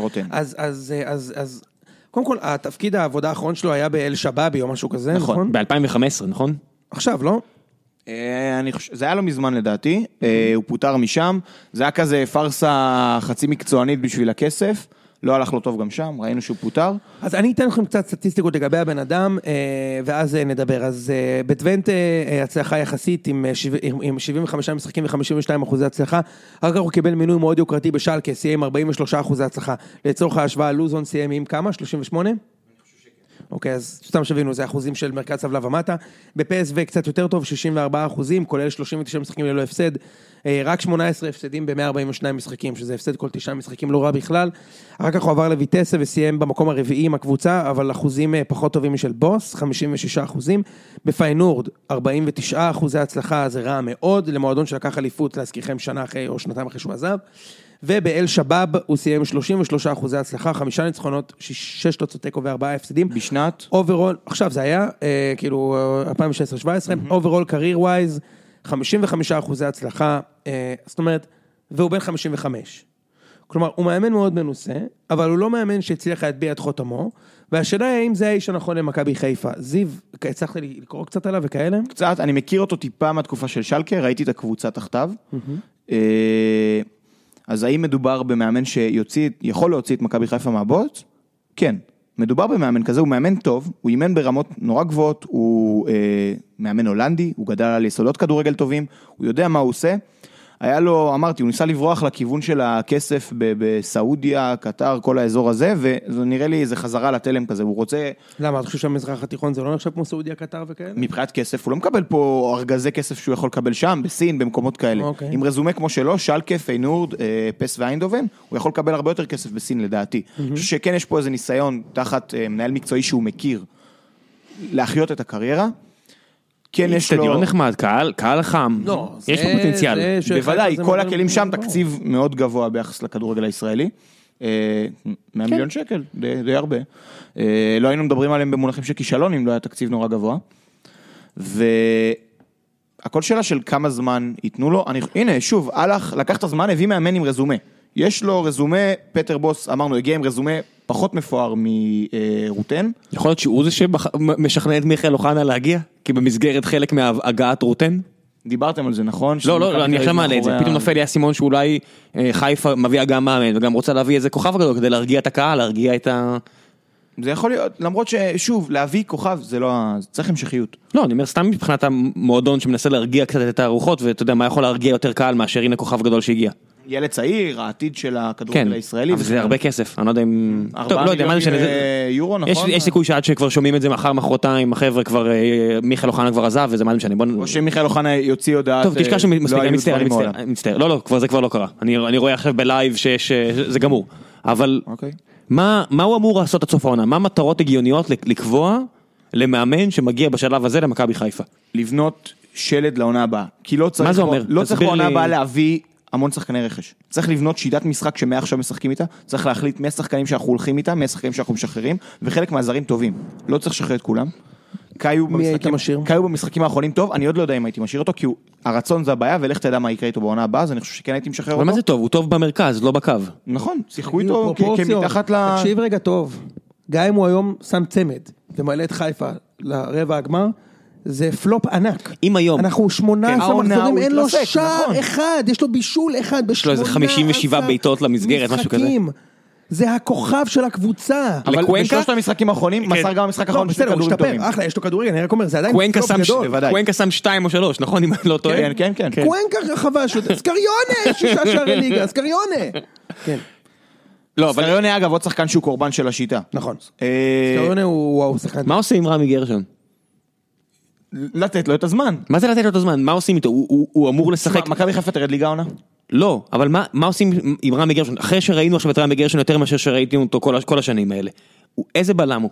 אז קודם כל, התפקיד העבודה האחרון שלו היה באל שבאבי או משהו כזה, נכון? ב-אלפיים וחמש עשרה, נכון? עכשיו, לא? זה היה לו מזמן לדעתי, הוא פוטר משם, זה היה כזה פרסה חצי מקצוענית בשביל הכסף, לא הלך לו טוב גם שם, ראינו שהוא פוטר. אז אני אתן לכם קצת סטטיסטיקות לגבי הבן אדם, ואז נדבר. אז בטוונט הצלחה יחסית עם שבעים וחמישה משחקים ו-חמישים ושתיים אחוזי הצלחה, אחר כך הוא קיבל מינוי מאוד יוקרתי בשלקה, סיים עם ארבעים ושלושה אחוזי הצלחה. לצורך ההשוואה, לוזון סיים עם כמה? שלושים ושמונה? אוקיי, אז סתם שבינו, זה אחוזים של מרכז סבלה ומטה, ב-פי אס וי קצת יותר טוב, שישים וארבעה אחוזים, כולל שלושים ותשעה משחקים ללא הפסד, רק שמונה עשרה הפסדים ב-מאה ארבעים ושניים משחקים, שזה הפסד כל תשעה משחקים לא רע בכלל, אחר כך הוא עבר לויטסה וסיים במקום הרביעי עם הקבוצה, אבל אחוזים פחות טובים משל בוס, חמישים ושישה אחוזים, בפיינורד, ארבעים ותשעה אחוזי הצלחה, זה רע מאוד, למועדון שלקח אליפות, להזכירכם שנה אחרי או שנתיים אחרי שהוא עזב, ובאל שבאב הוא סיים שלושים ושלושה אחוזי הצלחה, חמישה ניצחונות, שש תוצאות תיקו וארבעה הפסדים. בשנת? אוברול, עכשיו זה היה, אה, כאילו, אלפיים ושש עשרה שבע עשרה, אוברול קרייר ווייז, חמישים וחמישה אחוזי הצלחה, אה, זאת אומרת, והוא בן חמישים וחמש. כלומר, הוא מאמן מאוד מנוסה, אבל הוא לא מאמן שהצליח להטביע את חותמו, והשאלה היא האם זה האיש הנכון למכבי חיפה. זיו, הצלחת לי לקרוא קצת עליו וכאלה? קצת, אני מכיר אותו טיפה מהתקופה של שלקה, ראיתי את הקבוצה תחתיו. אז האם מדובר במאמן שיכול להוציא את מכבי חיפה מהבוץ? כן. מדובר במאמן כזה, הוא מאמן טוב, הוא אימן ברמות נורא גבוהות, הוא מאמן הולנדי, הוא גדל על יסודות כדורגל טובים, הוא יודע מה הוא עושה. היה לו, אמרתי, הוא ניסה לברוח לכיוון של הכסף בסעודיה, קטר, כל האזור הזה, וזה נראה לי איזה חזרה לתלם כזה, הוא רוצה... למה, אתה חושב שהמזרח התיכון זה לא נחשב כמו סעודיה, קטר וכאלה? מבחינת כסף, הוא לא מקבל פה ארגזי כסף שהוא יכול לקבל שם, בסין, במקומות כאלה. אוקיי. עם רזומה כמו שלו, שלקה, פיינורד, פס ואיינדובן, הוא יכול לקבל הרבה יותר כסף בסין לדעתי. אני חושב שכן יש פה איזה ניסיון, תחת מנהל מקצועי שהוא מכיר, להחיות את הקריירה. כן, יש לו... סטדיון נחמד, קהל, קהל חם, לא, יש זה- לו פוטנציאל. זה- ש- בוודאי, זה כל מאוד- הכלים שם, ברור. תקציב מאוד גבוה ביחס לכדורגל הישראלי. מאה מיליון שקל, די די הרבה. אה, לא היינו מדברים עליהם במונחים של כישלון, אם לא היה תקציב נורא גבוה. והכל שאלה של כמה זמן ייתנו לו. אני- הנה, שוב, הלך, לקח את הזמן, הביא מאמן עם רזומה. יש לו רזומה, פטר בוס, אמרנו, הגיע עם רזומה פחות מפואר מרוטן. יכול להיות שהוא זה שמשכנע את מיכאל אוחנה להגיע? כי במסגרת חלק מהגעת רוטן? דיברתם על זה, נכון? לא, לא, לא, אני עכשיו מעלה את זה, מאחורי פתאום ה- נופל לי הסימון שאולי אה, חיפה מביאה גם מאמן, וגם רוצה להביא איזה כוכב גדול כדי להרגיע את הקהל, להרגיע את ה... זה יכול להיות, למרות ששוב, להביא כוכב זה לא, ה- זה צריך המשכיות. לא, אני אומר סתם מבחינת המועדון שמנסה להרגיע קצת את הרוחות, ואתה יודע מה יכול להרגיע יותר קהל מאשר הנה כוכב גדול שהגיע. ילד צעיר, העתיד של כן, הכדורגל הישראלי. אבל זה הרבה כסף, אני לא יודע אם... טוב, ארבעה לא יודע, מה זה מיליון משנה, זה- יורו, יש נכון? יש סיכוי שעד שכבר שומעים את זה מחר, מחרתיים, החבר'ה כבר, אה, מיכאל אוחנה כבר עזב, וזה מה זה משנה, בוא... או שמיכאל אוחנה יוציא הודעת... טוב, תשכח אה, שמספיק, לא אני היו מצטער, אני דברים מצטער, מעולם. אני מצטער, לא, לא, כבר זה כבר לא קרה, אני אני רואה עכשיו בלייב שיש, זה גמור, אבל אוקיי. מה מה הוא אמור לעשות עד סוף העונה? מה מטרות הגיוניות לקבוע למאמן שמגיע בשלב הזה למכבי חיפה? לבנות שלד לעונה הבאה. כי לא צריך... מה זה אומר? לא צריך תסביר בעונה לי- הבאה להביא המון שחקני רכש. צריך לבנות שיטת משחק שמעכשיו משחקים איתה, צריך להחליט מי השחקנים שאנחנו הולכים איתה, מי השחקנים שאנחנו משחררים, וחלק מהזרים טובים. לא צריך לשחרר את כולם. קאיו מי היית במשחקים- משאיר? קאיו במשחקים האחרונים טוב, אני עוד לא יודע אם הייתי משאיר אותו, כי הוא- הרצון זה הבעיה, ולך תדע מה יקרה איתו בעונה הבאה, אז אני חושב שכן הייתי משחרר אבל מה אותו. זה טוב? הוא טוב במרכז, לא בקו. נכון, שיחקו תגידו, איתו כ- פרופורציות. כמתחת ל... תקשיב רגע טוב, גם אם הוא היום שם צמד, ומעלה את חיפה לרבע הגמר, זה פלופ ענק. אם היום- אנחנו שמונה כן, עשרה העונה מחזורים, הוא אין לו התרסק, שער נכון. אחד, יש לו בישול אחד, יש לו איזה חמישים ושבע בעיטות למסגרת, משהו כזה. משחקים. זה הכוכב של הקבוצה. אבל לקוונקה? בשלושת המשחקים האחרונים, כן. מסר גם המשחק לא, האחרון בשני בסדר, הוא כדורים טובים. השתפר, אחלה, יש לו כדורגל, אני רק אומר, זה עדיין קוונקה פלופ שם- גדול. בוודאי. קוונקה שם שתיים או שלוש, נכון? אם אני לא טועה? כן, כן, כן. קוונקה חבש, סקריונה, שישה שערי ליגה, סקריונה. כן, לא, אבל סקריונה היה אגב עוד שחקן שהוא קורבן של השיטה. נכון. אה, סקריונה הוא וואו, שחקן. מה עושים עם רמי גרשון? לתת לו את הזמן. מה זה לתת לו את הזמן? מה עושים איתו? הוא- הוא הוא אמור לשחק... מכבי חיפה תרד ליגה עונה? לא, אבל מה, מה עושים עם רמי גרשון? אחרי שראינו עכשיו את רמי גרשון יותר מאשר שראיתי אותו כל, כל השנים האלה. הוא, איזה בלם הוא?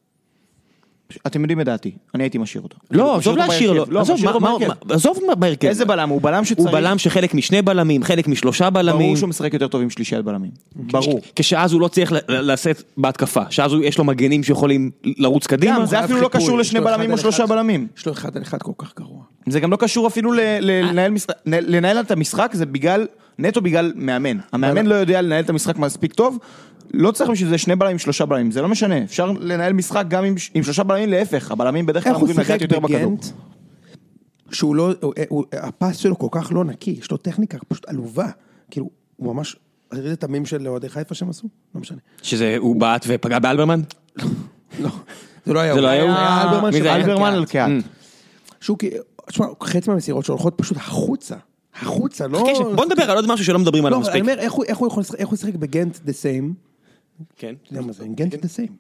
אתם יודעים את דעתי, אני הייתי משאיר אותו. לא, משאיר עזוב אותו להשאיר לו. בהרכב. לא, עזוב, משאיר אותו מה- מה- בהרכב. מה- עזוב מה- בהרכב. איזה בלם? הוא בלם שצריך... הוא בלם שחלק משני בלמים, חלק משלושה בלמים. ברור שהוא משחק יותר טוב עם שלישיית בלמים. ברור. כשאז הוא לא צריך ל- ל- לשאת בהתקפה. שאז הוא- יש לו מגנים שיכולים לרוץ קדימה. גם, זה חייב אפילו לא חיפוי, קשור יש לשני לו אחד בלמים או על שלושה אחד. בלמים. יש לו אחד על אחד כל כך גרוע. זה גם לא קשור אפילו ל- ל- לנהל משחק, לנהל את המשחק, זה בגלל, נטו בגלל מאמן. המאמן לא יודע לנהל את המשחק מספיק טוב, לא צריך בשביל זה שני בלמים, שלושה בלמים, זה לא משנה. אפשר לנהל משחק גם עם, עם שלושה בלמים, להפך, הבלמים בדרך כלל איך הוא אמורים שיחק לגעת יותר בכדור. בגנט? שהוא לא, הוא- הוא- הפס שלו כל כך לא נקי, יש לו טכניקה פשוט עלובה. כאילו, הוא ממש, אתה יודע את המים של אוהדי חיפה שהם עשו? לא משנה. שזה, הוא בעט ופגע באלברמן? לא, זה לא היה זה לא היה הוא? היה אלברמן מי זה שבא היה? אלברמן על לקהל. קהת. שהוא, תשמע, חצי מהמסירות שהולכות פשוט החוצה. החוצה, לא... חכה, בוא נדבר על עוד משהו שלא מדברים עליו לא, אני מספיק. אומר, איך הוא- איך הוא יכול לשחק- איך הוא ישחק בגנט דה סיים? כן. אתה יודע מה זה, גנט דה סיים.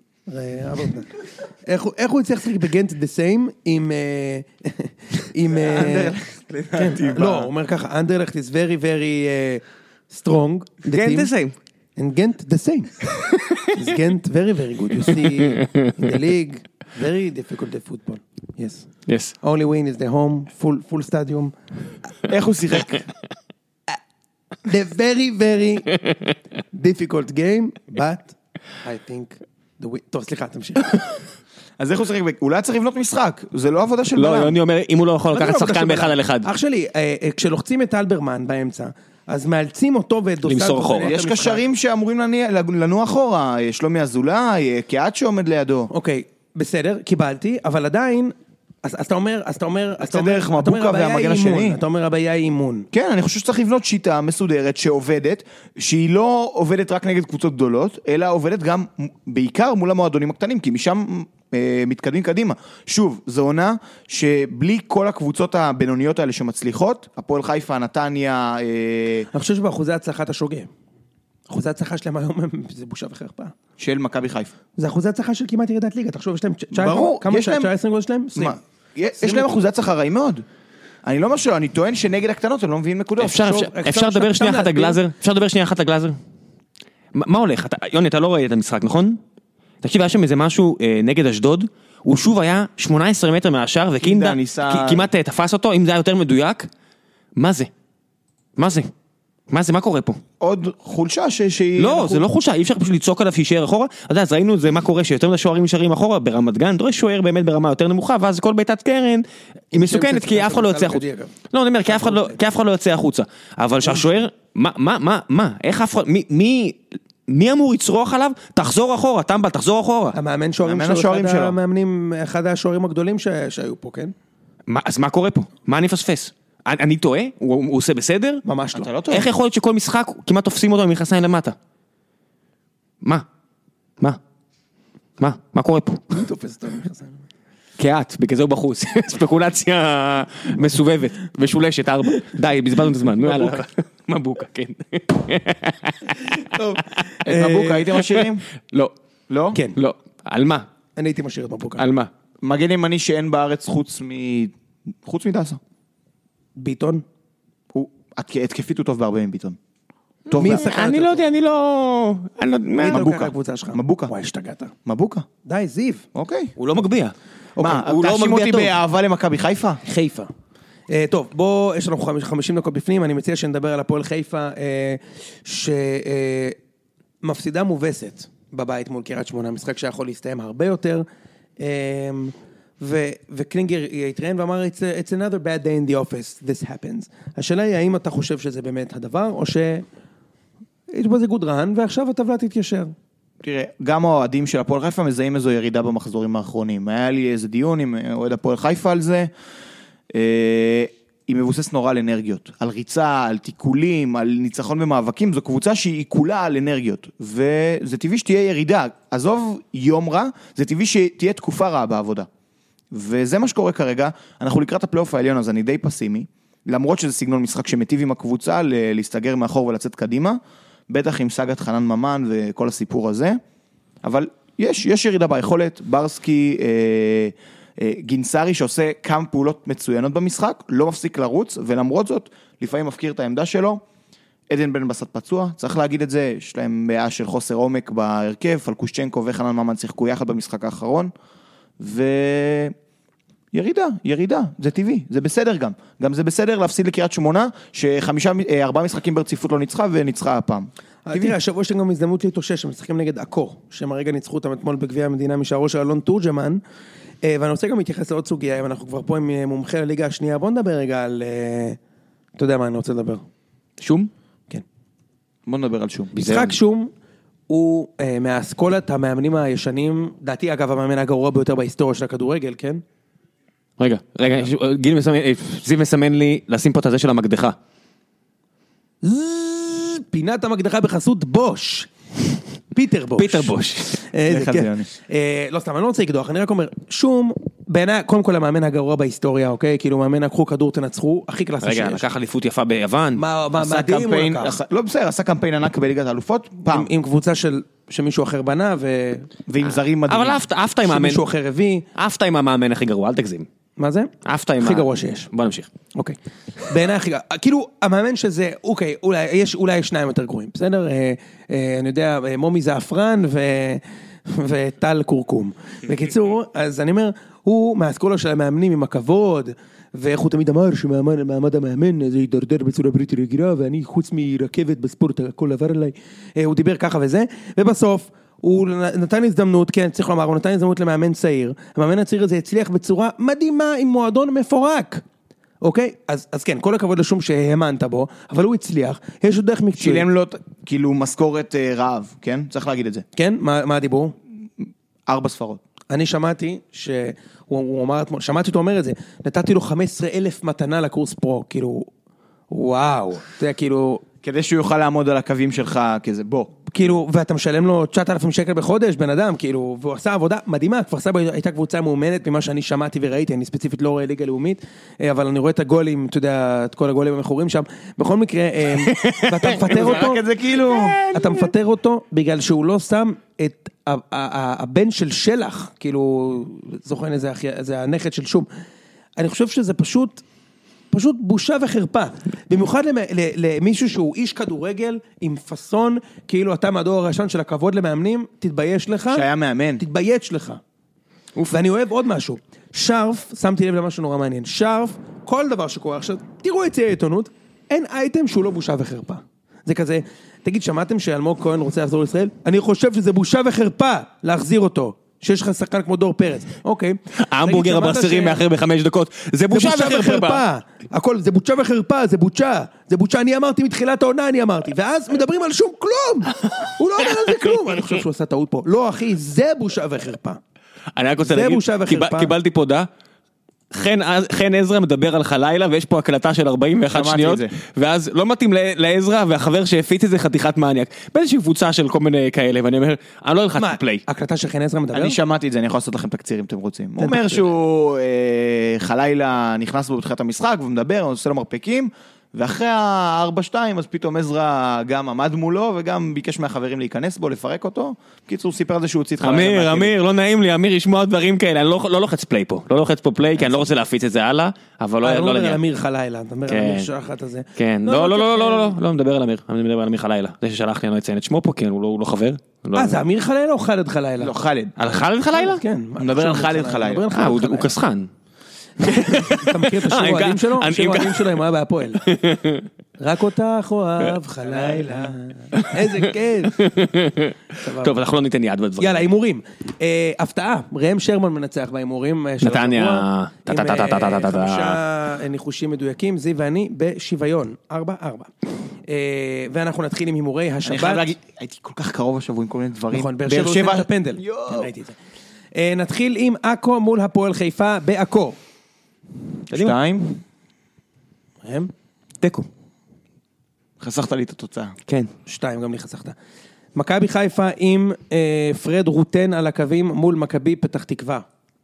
איך הוא- איך הוא יצטרך לשחק בגנט דה סיים עם... אה, עם... אה, כן, לא, הוא אומר ככה, אנדרלכט is very very uh, strong. the גנט team, the same. And Ghent the same. Is Ghent very very good. You see in the league, very difficult the football. Yes. Yes. Only win is the home, full full stadium. איך הוא שיחק? the very very difficult game, but I think the win... טוב, סליחה, תמשיך. אז איך הוא צריך, אולי צריך לבנות משחק, זה לא עבודה של בלם. לא, אני אומר, אם הוא לא יכול לקחת שחקן באחד על אחד. אח שלי, כשלוחצים את אלברמן באמצע, אז מאלצים אותו ואת דוסטלו. למסור אחורה. יש קשרים שאמורים לנוע אחורה, שלומי אזולאי, קיאט שעומד לידו. אוקיי, בסדר, קיבלתי, אבל עדיין, אז אתה אומר, אז אתה אומר, אז אתה אומר, דרך מבוקה והמגן השני. אתה אומר, הבעיה היא אימון. כן, אני חושב שצריך לבנות שיטה מסודרת שעובדת, שהיא לא עובדת רק נגד קבוצות גדולות, אלא עובדת גם בעיקר מול המועדונים הקטנים, כי משם אה, מתקדמים קדימה. שוב, זו עונה שבלי כל הקבוצות הבינוניות האלה שמצליחות, הפועל חיפה, נתניה... אה... אני חושב שבאחוזי הצלחת השוגה. אחוזי הצלחה שלהם היום זה בושה וחרפה. של מכבי חיפה. זה אחוזי הצלחה של כמעט ירידת ליגה. תחשוב, יש להם... ברור, כמה יש להם... תשע עשרה גול שלהם? מה? יש להם אחוזי הצלחה רעים מאוד. אני לא אומר שלא, אני טוען שנגד הקטנות הם לא מביאים נקודות. אפשר לדבר שנייה אחת הגלאזר? אפשר לדבר שנייה אחת הגלאזר? מה הולך? יוני, אתה לא רואה את המשחק, נכון? תקשיב, היה שם איזה משהו נגד אשדוד, הוא שוב היה שמונה עשרה מטר מהשאר, וקינדה כמעט תפס אותו, אם זה היה יותר מדויק. מה זה? מה זה? מה זה, מה קורה פה? עוד חולשה שהיא... לא, זה לא חולשה, אי אפשר פשוט לצעוק עליו שישאר אחורה. אז ראינו את זה, מה קורה, שיותר שוערים נשארים אחורה, ברמת גן, דורש שוער באמת ברמה יותר נמוכה, ואז כל ביתת קרן היא מסוכנת, כי אף אחד לא יוצא החוצה. לא, אני אומר, כי אף אחד לא יוצא החוצה. אבל שהשוער, מה, מה, מה, מה, איך אף אחד, מי... מי אמור יצרוח עליו? תחזור אחורה, טמבל, תחזור אחורה. המאמן שוערים שלו, אחד המאמנים, אחד השוערים הגדולים שהיו פה, כן? אז מה קורה פה? מה אני פספס? אני טועה? הוא עושה בסדר? ממש לא. איך יכול להיות שכל משחק כמעט תופסים אותו ממכנסיים למטה? מה? מה? מה? מה קורה פה? מי תופס אותו ממכנסיים למטה? כאט, בגלל זה הוא בחוץ. ספקולציה מסובבת, משולשת, ארבע. די, בזבזנו את הזמן. מבוקה. מבוקה, כן. טוב. את מבוקה הייתם משאירים? לא. לא? כן. לא. על מה? אני הייתי משאיר את מבוקה. על מה? מגן ימני שאין בארץ חוץ מ... חוץ מדסה. ביטון? התקפית הוא טוב בהרבה עם ביטון. אני לא יודע, אני לא... מבוקה. מבוקה. וואי, השתגעת. מבוקה. די, זיו. אוקיי. הוא לא מגביע. מה, תאשים אותי באהבה למכבי חיפה? חיפה. טוב, בוא, יש לנו חמישים דקות בפנים, אני מציע שנדבר על הפועל חיפה, שמפסידה מובסת בבית מול קריית שמונה, משחק שיכול להסתיים הרבה יותר, וקלינגר התראיין ואמר, it's another bad day in the office, this happens. השאלה היא, האם אתה חושב שזה באמת הדבר, או ש... it was a good run, ועכשיו הטבלה תתיישר. תראה, גם האוהדים של הפועל חיפה מזהים איזו ירידה במחזורים האחרונים. היה לי איזה דיון עם אוהד הפועל חיפה על זה, היא מבוסס נורא על אנרגיות, על ריצה, על תיקולים, על ניצחון במאבקים, זו קבוצה שהיא כולה על אנרגיות, וזה טבעי שתהיה ירידה, עזוב יום רע, זה טבעי שתהיה תקופה רעה בעבודה. וזה מה שקורה כרגע, אנחנו לקראת הפלייאוף העליון, אז אני די פסימי, למרות שזה סגנון משחק שמטיב עם הקבוצה, להסתגר מאחור ולצאת קדימה, בטח עם סגת חנן ממן וכל הסיפור הזה, אבל יש, יש ירידה ביכולת, ברסקי, אה, אה, גינסרי שעושה כמה פעולות מצוינות במשחק, לא מפסיק לרוץ, ולמרות זאת, לפעמים מפקיר את העמדה שלו, עדן בן בסט פצוע, צריך להגיד את זה, יש להם בעיה של חוסר עומק בהרכב, פלקושצ'נקו וחנן ממן שיחקו יחד במשחק האחרון, ו... ירידה, ירידה, זה טבעי, זה בסדר גם. גם זה בסדר להפסיד לקריית שמונה, שחמישה, ארבעה משחקים ברציפות לא ניצחה, וניצחה הפעם. תראה, השבוע יש להם גם הזדמנות להתאושש, הם משחקים נגד אקור, שהם הרגע ניצחו אותם אתמול בגביע המדינה משערו של אלון תורג'מן, ואני רוצה גם להתייחס לעוד סוגיה, אם אנחנו כבר פה עם מומחה לליגה השנייה, בוא נדבר רגע על, אתה יודע מה אני רוצה לדבר. שום? כן. בוא נדבר על שום. משחק שום, הוא מהאסכולת המאמנים הישנים, דעתי אגב המאמן הגרוע ביותר בהיסטוריה של הכדורגל, כן? רגע, רגע, גיל מסמן, זיו מסמן לי לשים פה את הזה של המקדחה. פינת המקדחה בחסות בוש. פיטר בוש. פיטר בוש. לא סתם, אני לא רוצה לקדוח, אני רק אומר, שום, בעיניי, קודם כל המאמן הגרוע בהיסטוריה, אוקיי? כאילו מאמן הקחו כדור תנצחו, הכי קלאסי שיש. רגע, לקח אליפות יפה ביוון. מה, מדהים הוא לקח. לא בסדר, עשה קמפיין ענק בליגת האלופות, פעם. עם קבוצה של... שמישהו אחר בנה ו... ועם זרים מדהים. אבל אהבת עם המאמן. שמישהו אחר הביא. אהבת עם המאמן הכי גרוע, אל תגזים. מה זה? אהבת עם... הכי גרוע שיש. בוא נמשיך. אוקיי. בעיניי הכי גרוע. כאילו, המאמן שזה, אוקיי, אולי יש אולי שניים יותר גרועים, בסדר? אני יודע, מומי זעפרן ו... וטל קורקום. בקיצור, אז אני אומר, הוא מהאסכולה של המאמנים עם הכבוד, ואיך הוא תמיד אמר שמעמד המאמן זה יידרדר בצורה בריטי רגילה, ואני חוץ מרכבת בספורט הכל עבר עליי, הוא דיבר ככה וזה, ובסוף הוא נתן הזדמנות, כן, צריך לומר, הוא נתן הזדמנות למאמן צעיר, המאמן הצעיר הזה הצליח בצורה מדהימה עם מועדון מפורק, אוקיי? אז, אז כן, כל הכבוד לשום שהאמנת בו, אבל הוא הצליח, יש עוד דרך מקצועית. שילם לו כאילו משכורת רעב, כן? צריך להגיד את זה. כן? מה, מה הדיבור? ארבע ספרות. אני שמעתי שהוא הוא אמר, שמעתי אותו אומר את זה, נתתי לו חמישה עשר אלף מתנה לקורס פרו, כאילו, וואו, זה היה כאילו... כדי שהוא יוכל לעמוד על הקווים שלך כזה, בוא. כאילו, ואתה משלם לו תשעת אלפים שקל בחודש, בן אדם, כאילו, והוא עשה עבודה מדהימה, כפר סבא הייתה קבוצה מאומנת, ממה שאני שמעתי וראיתי, אני ספציפית לא רואה ליגה לאומית, אבל אני רואה את הגולים, אתה יודע, את כל הגולים המכורים שם, בכל מקרה, ואתה מפטר אותו, אתה מפטר אותו, בגלל שהוא לא שם את הבן של שלח, כאילו, זוכרן איזה, זה הנכד של שום, אני חושב שזה פשוט, פשוט בושה וחרפה, במיוחד למישהו שהוא איש כדורגל עם פסון, כאילו אתה מהדור הראשון של הכבוד למאמנים, תתבייש לך. שהיה מאמן. תתבייש לך. ואני אוהב עוד משהו. שרף, שמתי לב למשהו נורא מעניין, שרף, כל דבר שקורה עכשיו, תראו את זה העיתונות, אין אייטם שהוא לא בושה וחרפה. זה כזה, תגיד, שמעתם שאלמוג כהן רוצה לחזור לישראל? אני חושב שזה בושה וחרפה להחזיר אותו. שיש לך שחקן כמו דור פרץ, אוקיי. ההמבורגר הברסרים מאחר בחמש דקות, זה בושה וחרפה. הכל, זה בושה וחרפה, זה בושה. זה בושה, אני אמרתי מתחילת העונה, אני אמרתי. ואז מדברים על שום כלום. הוא לא אומר על זה כלום. אני חושב שהוא עשה טעות פה. לא, אחי, זה בושה וחרפה. אני רק רוצה להגיד, קיבלתי פה דעה. חן עזרא מדבר על חלילה, ויש פה הקלטה של ארבעים ואחת שניות, ואז לא מתאים לעזרא, והחבר שהפיץ את זה חתיכת מניאק, באיזושהי קבוצה של כל מיני כאלה, ואני אומר, אני לא אלחץ פליי. הקלטה של חן עזרא מדבר? אני שמעתי את זה, אני יכול לעשות לכם תקציר אם אתם רוצים. הוא אומר שהוא חלילה נכנס בו בתחילת המשחק, ומדבר, הוא עושה לו מרפקים, ואחרי ה-ארבע שתיים, אז פתאום עזרא גם עמד מולו, וגם ביקש מהחברים להיכנס בו, לפרק אותו. בקיצור, הוא סיפר על זה שהוא הוציא את חלילה. אמיר, אמיר, לא נעים לי, אמיר ישמוע דברים כאלה, אני לא לוחץ פליי פה, לא לוחץ פה פליי, כי אני לא רוצה להפיץ את זה הלאה, אבל לא... אני לא מדבר על אמיר חלילה, אתה מדבר על אמיר שחט הזה. כן, לא, לא, לא, לא, לא, לא, מדבר על אמיר, אני מדבר על אמיר חלילה. זה ששלח לי, אני לא אציין את שמו פה, כי הוא לא חבר. אה, זה אמיר חלילה או חלד חלילה? לא, חלד. על חלד חלילה? כן. אני מדבר על חלד חלילה. אה, הוא קסחן. אתה מכיר את השיר אוהדים שלו? השיר אוהדים שלו אם הוא היה בהפועל. רק אותך אוהב חלילה. איזה כיף. טוב, אנחנו לא ניתן יד בדברים. יאללה, הימורים. הפתעה, ראם שרמן מנצח בהימורים. נתניה. עם חמישה ניחושים מדויקים, זי ואני בשוויון. ארבע, ארבע. ואנחנו נתחיל עם הימורי השבת. אני חייב להגיד, הייתי כל כך קרוב השבוע עם כל מיני דברים. נכון, באר שבע עושה את הפנדל. ראיתי את זה. נתחיל עם אקו מול הפועל חיפה באקו. שתיים. הם? תיקו. חסכת לי את התוצאה. כן. שתיים, גם לי חסכת. מכבי חיפה עם אה, פרד רוטן על הקווים מול מכבי פתח תקווה.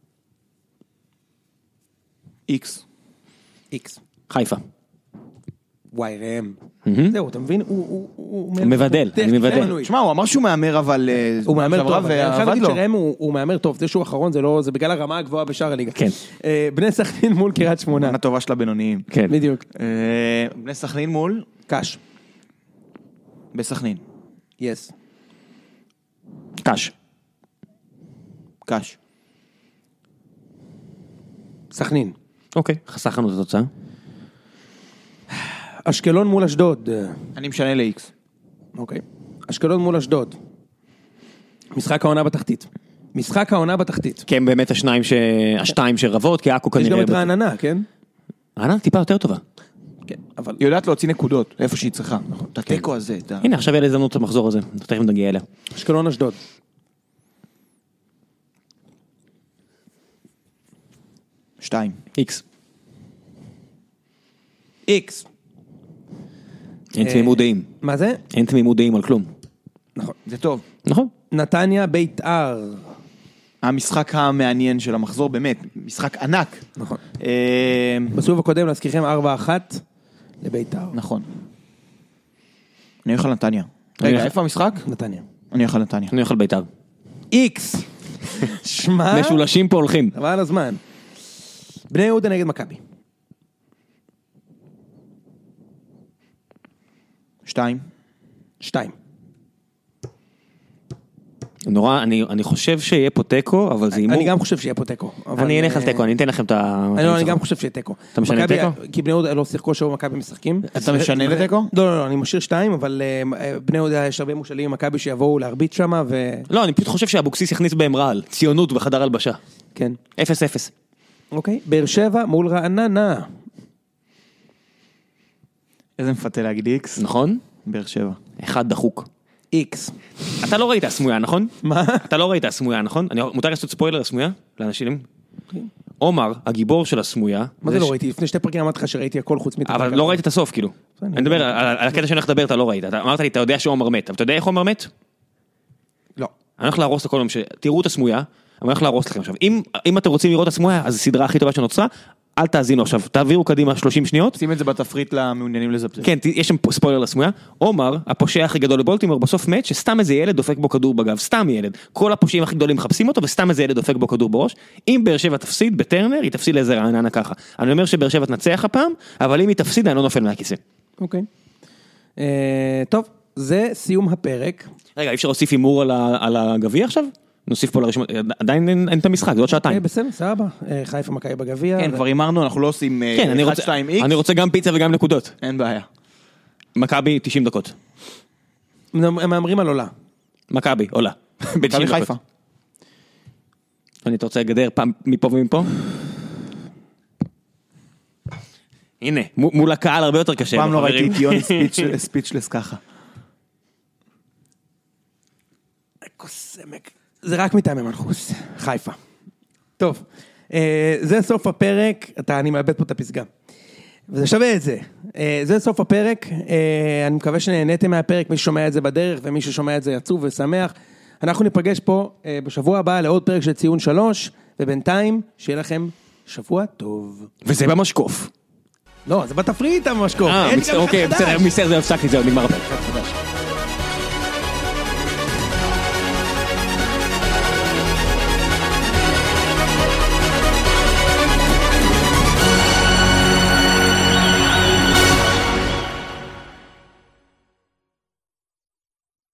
איקס. איקס. חיפה. וואי, ראם. זהו, אתה מבין? הוא מבדל, אני מבדל. שמע, הוא אמר שהוא מאמר, אבל... הוא מאמר טוב, אני חייב להגיד שראם הוא מאמר טוב, זה שהוא אחרון, זה בגלל הרמה הגבוהה בשאר הליגה. כן. בני סכנין מול קריית שמונה. מנה טובה של הבינוניים. כן. בדיוק. בני סכנין מול... קש. בסכנין. יס. קש. קש. סכנין. אוקיי, חסכנו את התוצאה. אשקלון מול אשדוד. אני משנה ל-X. אוקיי. אשקלון מול אשדוד. משחק העונה בתחתית. משחק העונה בתחתית. כן, באמת השניים ש... השתיים שרבות, כי אקו כנראה... יש גם את רעננה, כן? רעננה טיפה יותר טובה. כן, אבל... היא יודעת להוציא נקודות, איפה שהיא צריכה. את הטקו הזה. הנה, עכשיו יהיה לי הזדמנות למחזור הזה. תכף נגיע אליה. אשקלון אשדוד. שתיים. איקס. איקס. אין תמימות דעים. מה זה? אין תמימות דעים על כלום. נכון. זה טוב. נכון. נתניה בית"ר. המשחק המעניין של המחזור, באמת, משחק ענק. נכון. בסיבוב הקודם להזכירכם ארבע אחת לבית"ר. נכון. אני הולך על נתניה. רגע, איפה המשחק? נתניה. אני הולך על נתניה. אני הולך על בית"ר. איקס. שמע. משולשים פה הולכים. אבל על הזמן. בני יהודה נגד מכבי. שתיים. שתיים. נורא, אני, אני חושב שיהיה פה טקו, אבל זה אימור. אני גם חושב שיהיה פה טקו. אני אלך על טקו, אני אתן לכם את ה... אני, לא, אני גם חושב שיהיה טקו. אתה משנה טקו? כי בני יהודה לא שיחקו שבוע מכבי משחקים. אתה משנה לטקו? לא, לא, לא, אני משאיר שתיים, אבל בני יהודה יש הרבה מושלים מכבי שיבואו להרביץ שם, ו... לא, אני פשוט חושב שאבוקסיס יכניס בהם רעל, ציונות בחדר הלבשה. כן. אפס אפס. אוקיי, באר שבע מול רעננה. איזה מפתה להגיד איקס? נכון? באר שבע. אחד דחוק. איקס. אתה לא ראית הסמויה, נכון? מה? אתה לא ראית הסמויה, נכון? אני מותר לעשות ספוילר הסמויה? לאנשים? עומר, הגיבור של הסמויה... מה זה לא ראיתי? לפני שתי פרקים אמרתי לך שראיתי הכל חוץ מתפרק. אבל לא ראית את הסוף, כאילו. אני מדבר, על הקטע שאני הולך לדבר, אתה לא ראית. אתה אמרת לי, אתה יודע שעומר מת. אבל אתה יודע איך עומר מת? לא. אני הולך להרוס לכל יום ש... תראו את הסמויה, אני הולך להרוס לכם עכשיו. אם, אם אתם רוצים לראות את הסמויה, אז הסדרה הכי טובה שנוצרה, אל תאזינו עכשיו, תעבירו קדימה שלושים שניות. שים את זה בתפריט למעוניינים לזפזפ. כן, יש שם ספוילר לסמויה. עומר, הפושע הכי גדול לבולטימור, בסוף מת שסתם איזה ילד דופק בו כדור בגב, סתם ילד. כל הפושעים הכי גדולים מחפשים אותו, וסתם איזה ילד דופק בו כדור בראש. אם באר שבע תפסיד בטרנר, היא תפסיד לאיזה רעננה ככה. אני אומר שבאר שבע תנצח הפעם, אבל אם היא תפסיד, אני לא נופל מהכיסא. אוקיי. טוב, זה סיום הפרק. רגע, אי אפשר להוסיף הימור על הגביע עכשיו? נוסיף פה לרשימות, עדיין אין את המשחק, זה עוד שעתיים. בסדר, סבבה. חיפה מכבי בגביע. כן, כבר אמרנו, אנחנו לא עושים אחת שתיים איקס. אני רוצה גם פיצה וגם נקודות. אין בעיה. מכבי תשעים דקות. הם מאמרים על עולה. מכבי, עולה. מכבי חיפה. אני רוצה לגדר פעם מפה ומפה. הנה, מול הקהל הרבה יותר קשה. פעם לא ראיתי את יוני ספיצ'לס ככה. קוסמק. זה רק מטעמי מנחוס, חיפה. טוב, זה סוף הפרק, אתה, אני מאבד פה את הפסגה. וזה שווה את זה. זה סוף הפרק, אני מקווה שנהניתם מהפרק, מי ששומע את זה בדרך, ומי ששומע את זה יצוב ושמח. אנחנו ניפגש פה בשבוע הבא לעוד פרק של ציון שלוש, ובינתיים, שיהיה לכם שבוע טוב. וזה במשקוף. לא, זה בתפריט המשקוף. אה, אוקיי, בסדר, מסתר זה הפסק לי, זהו, נגמר הפרק.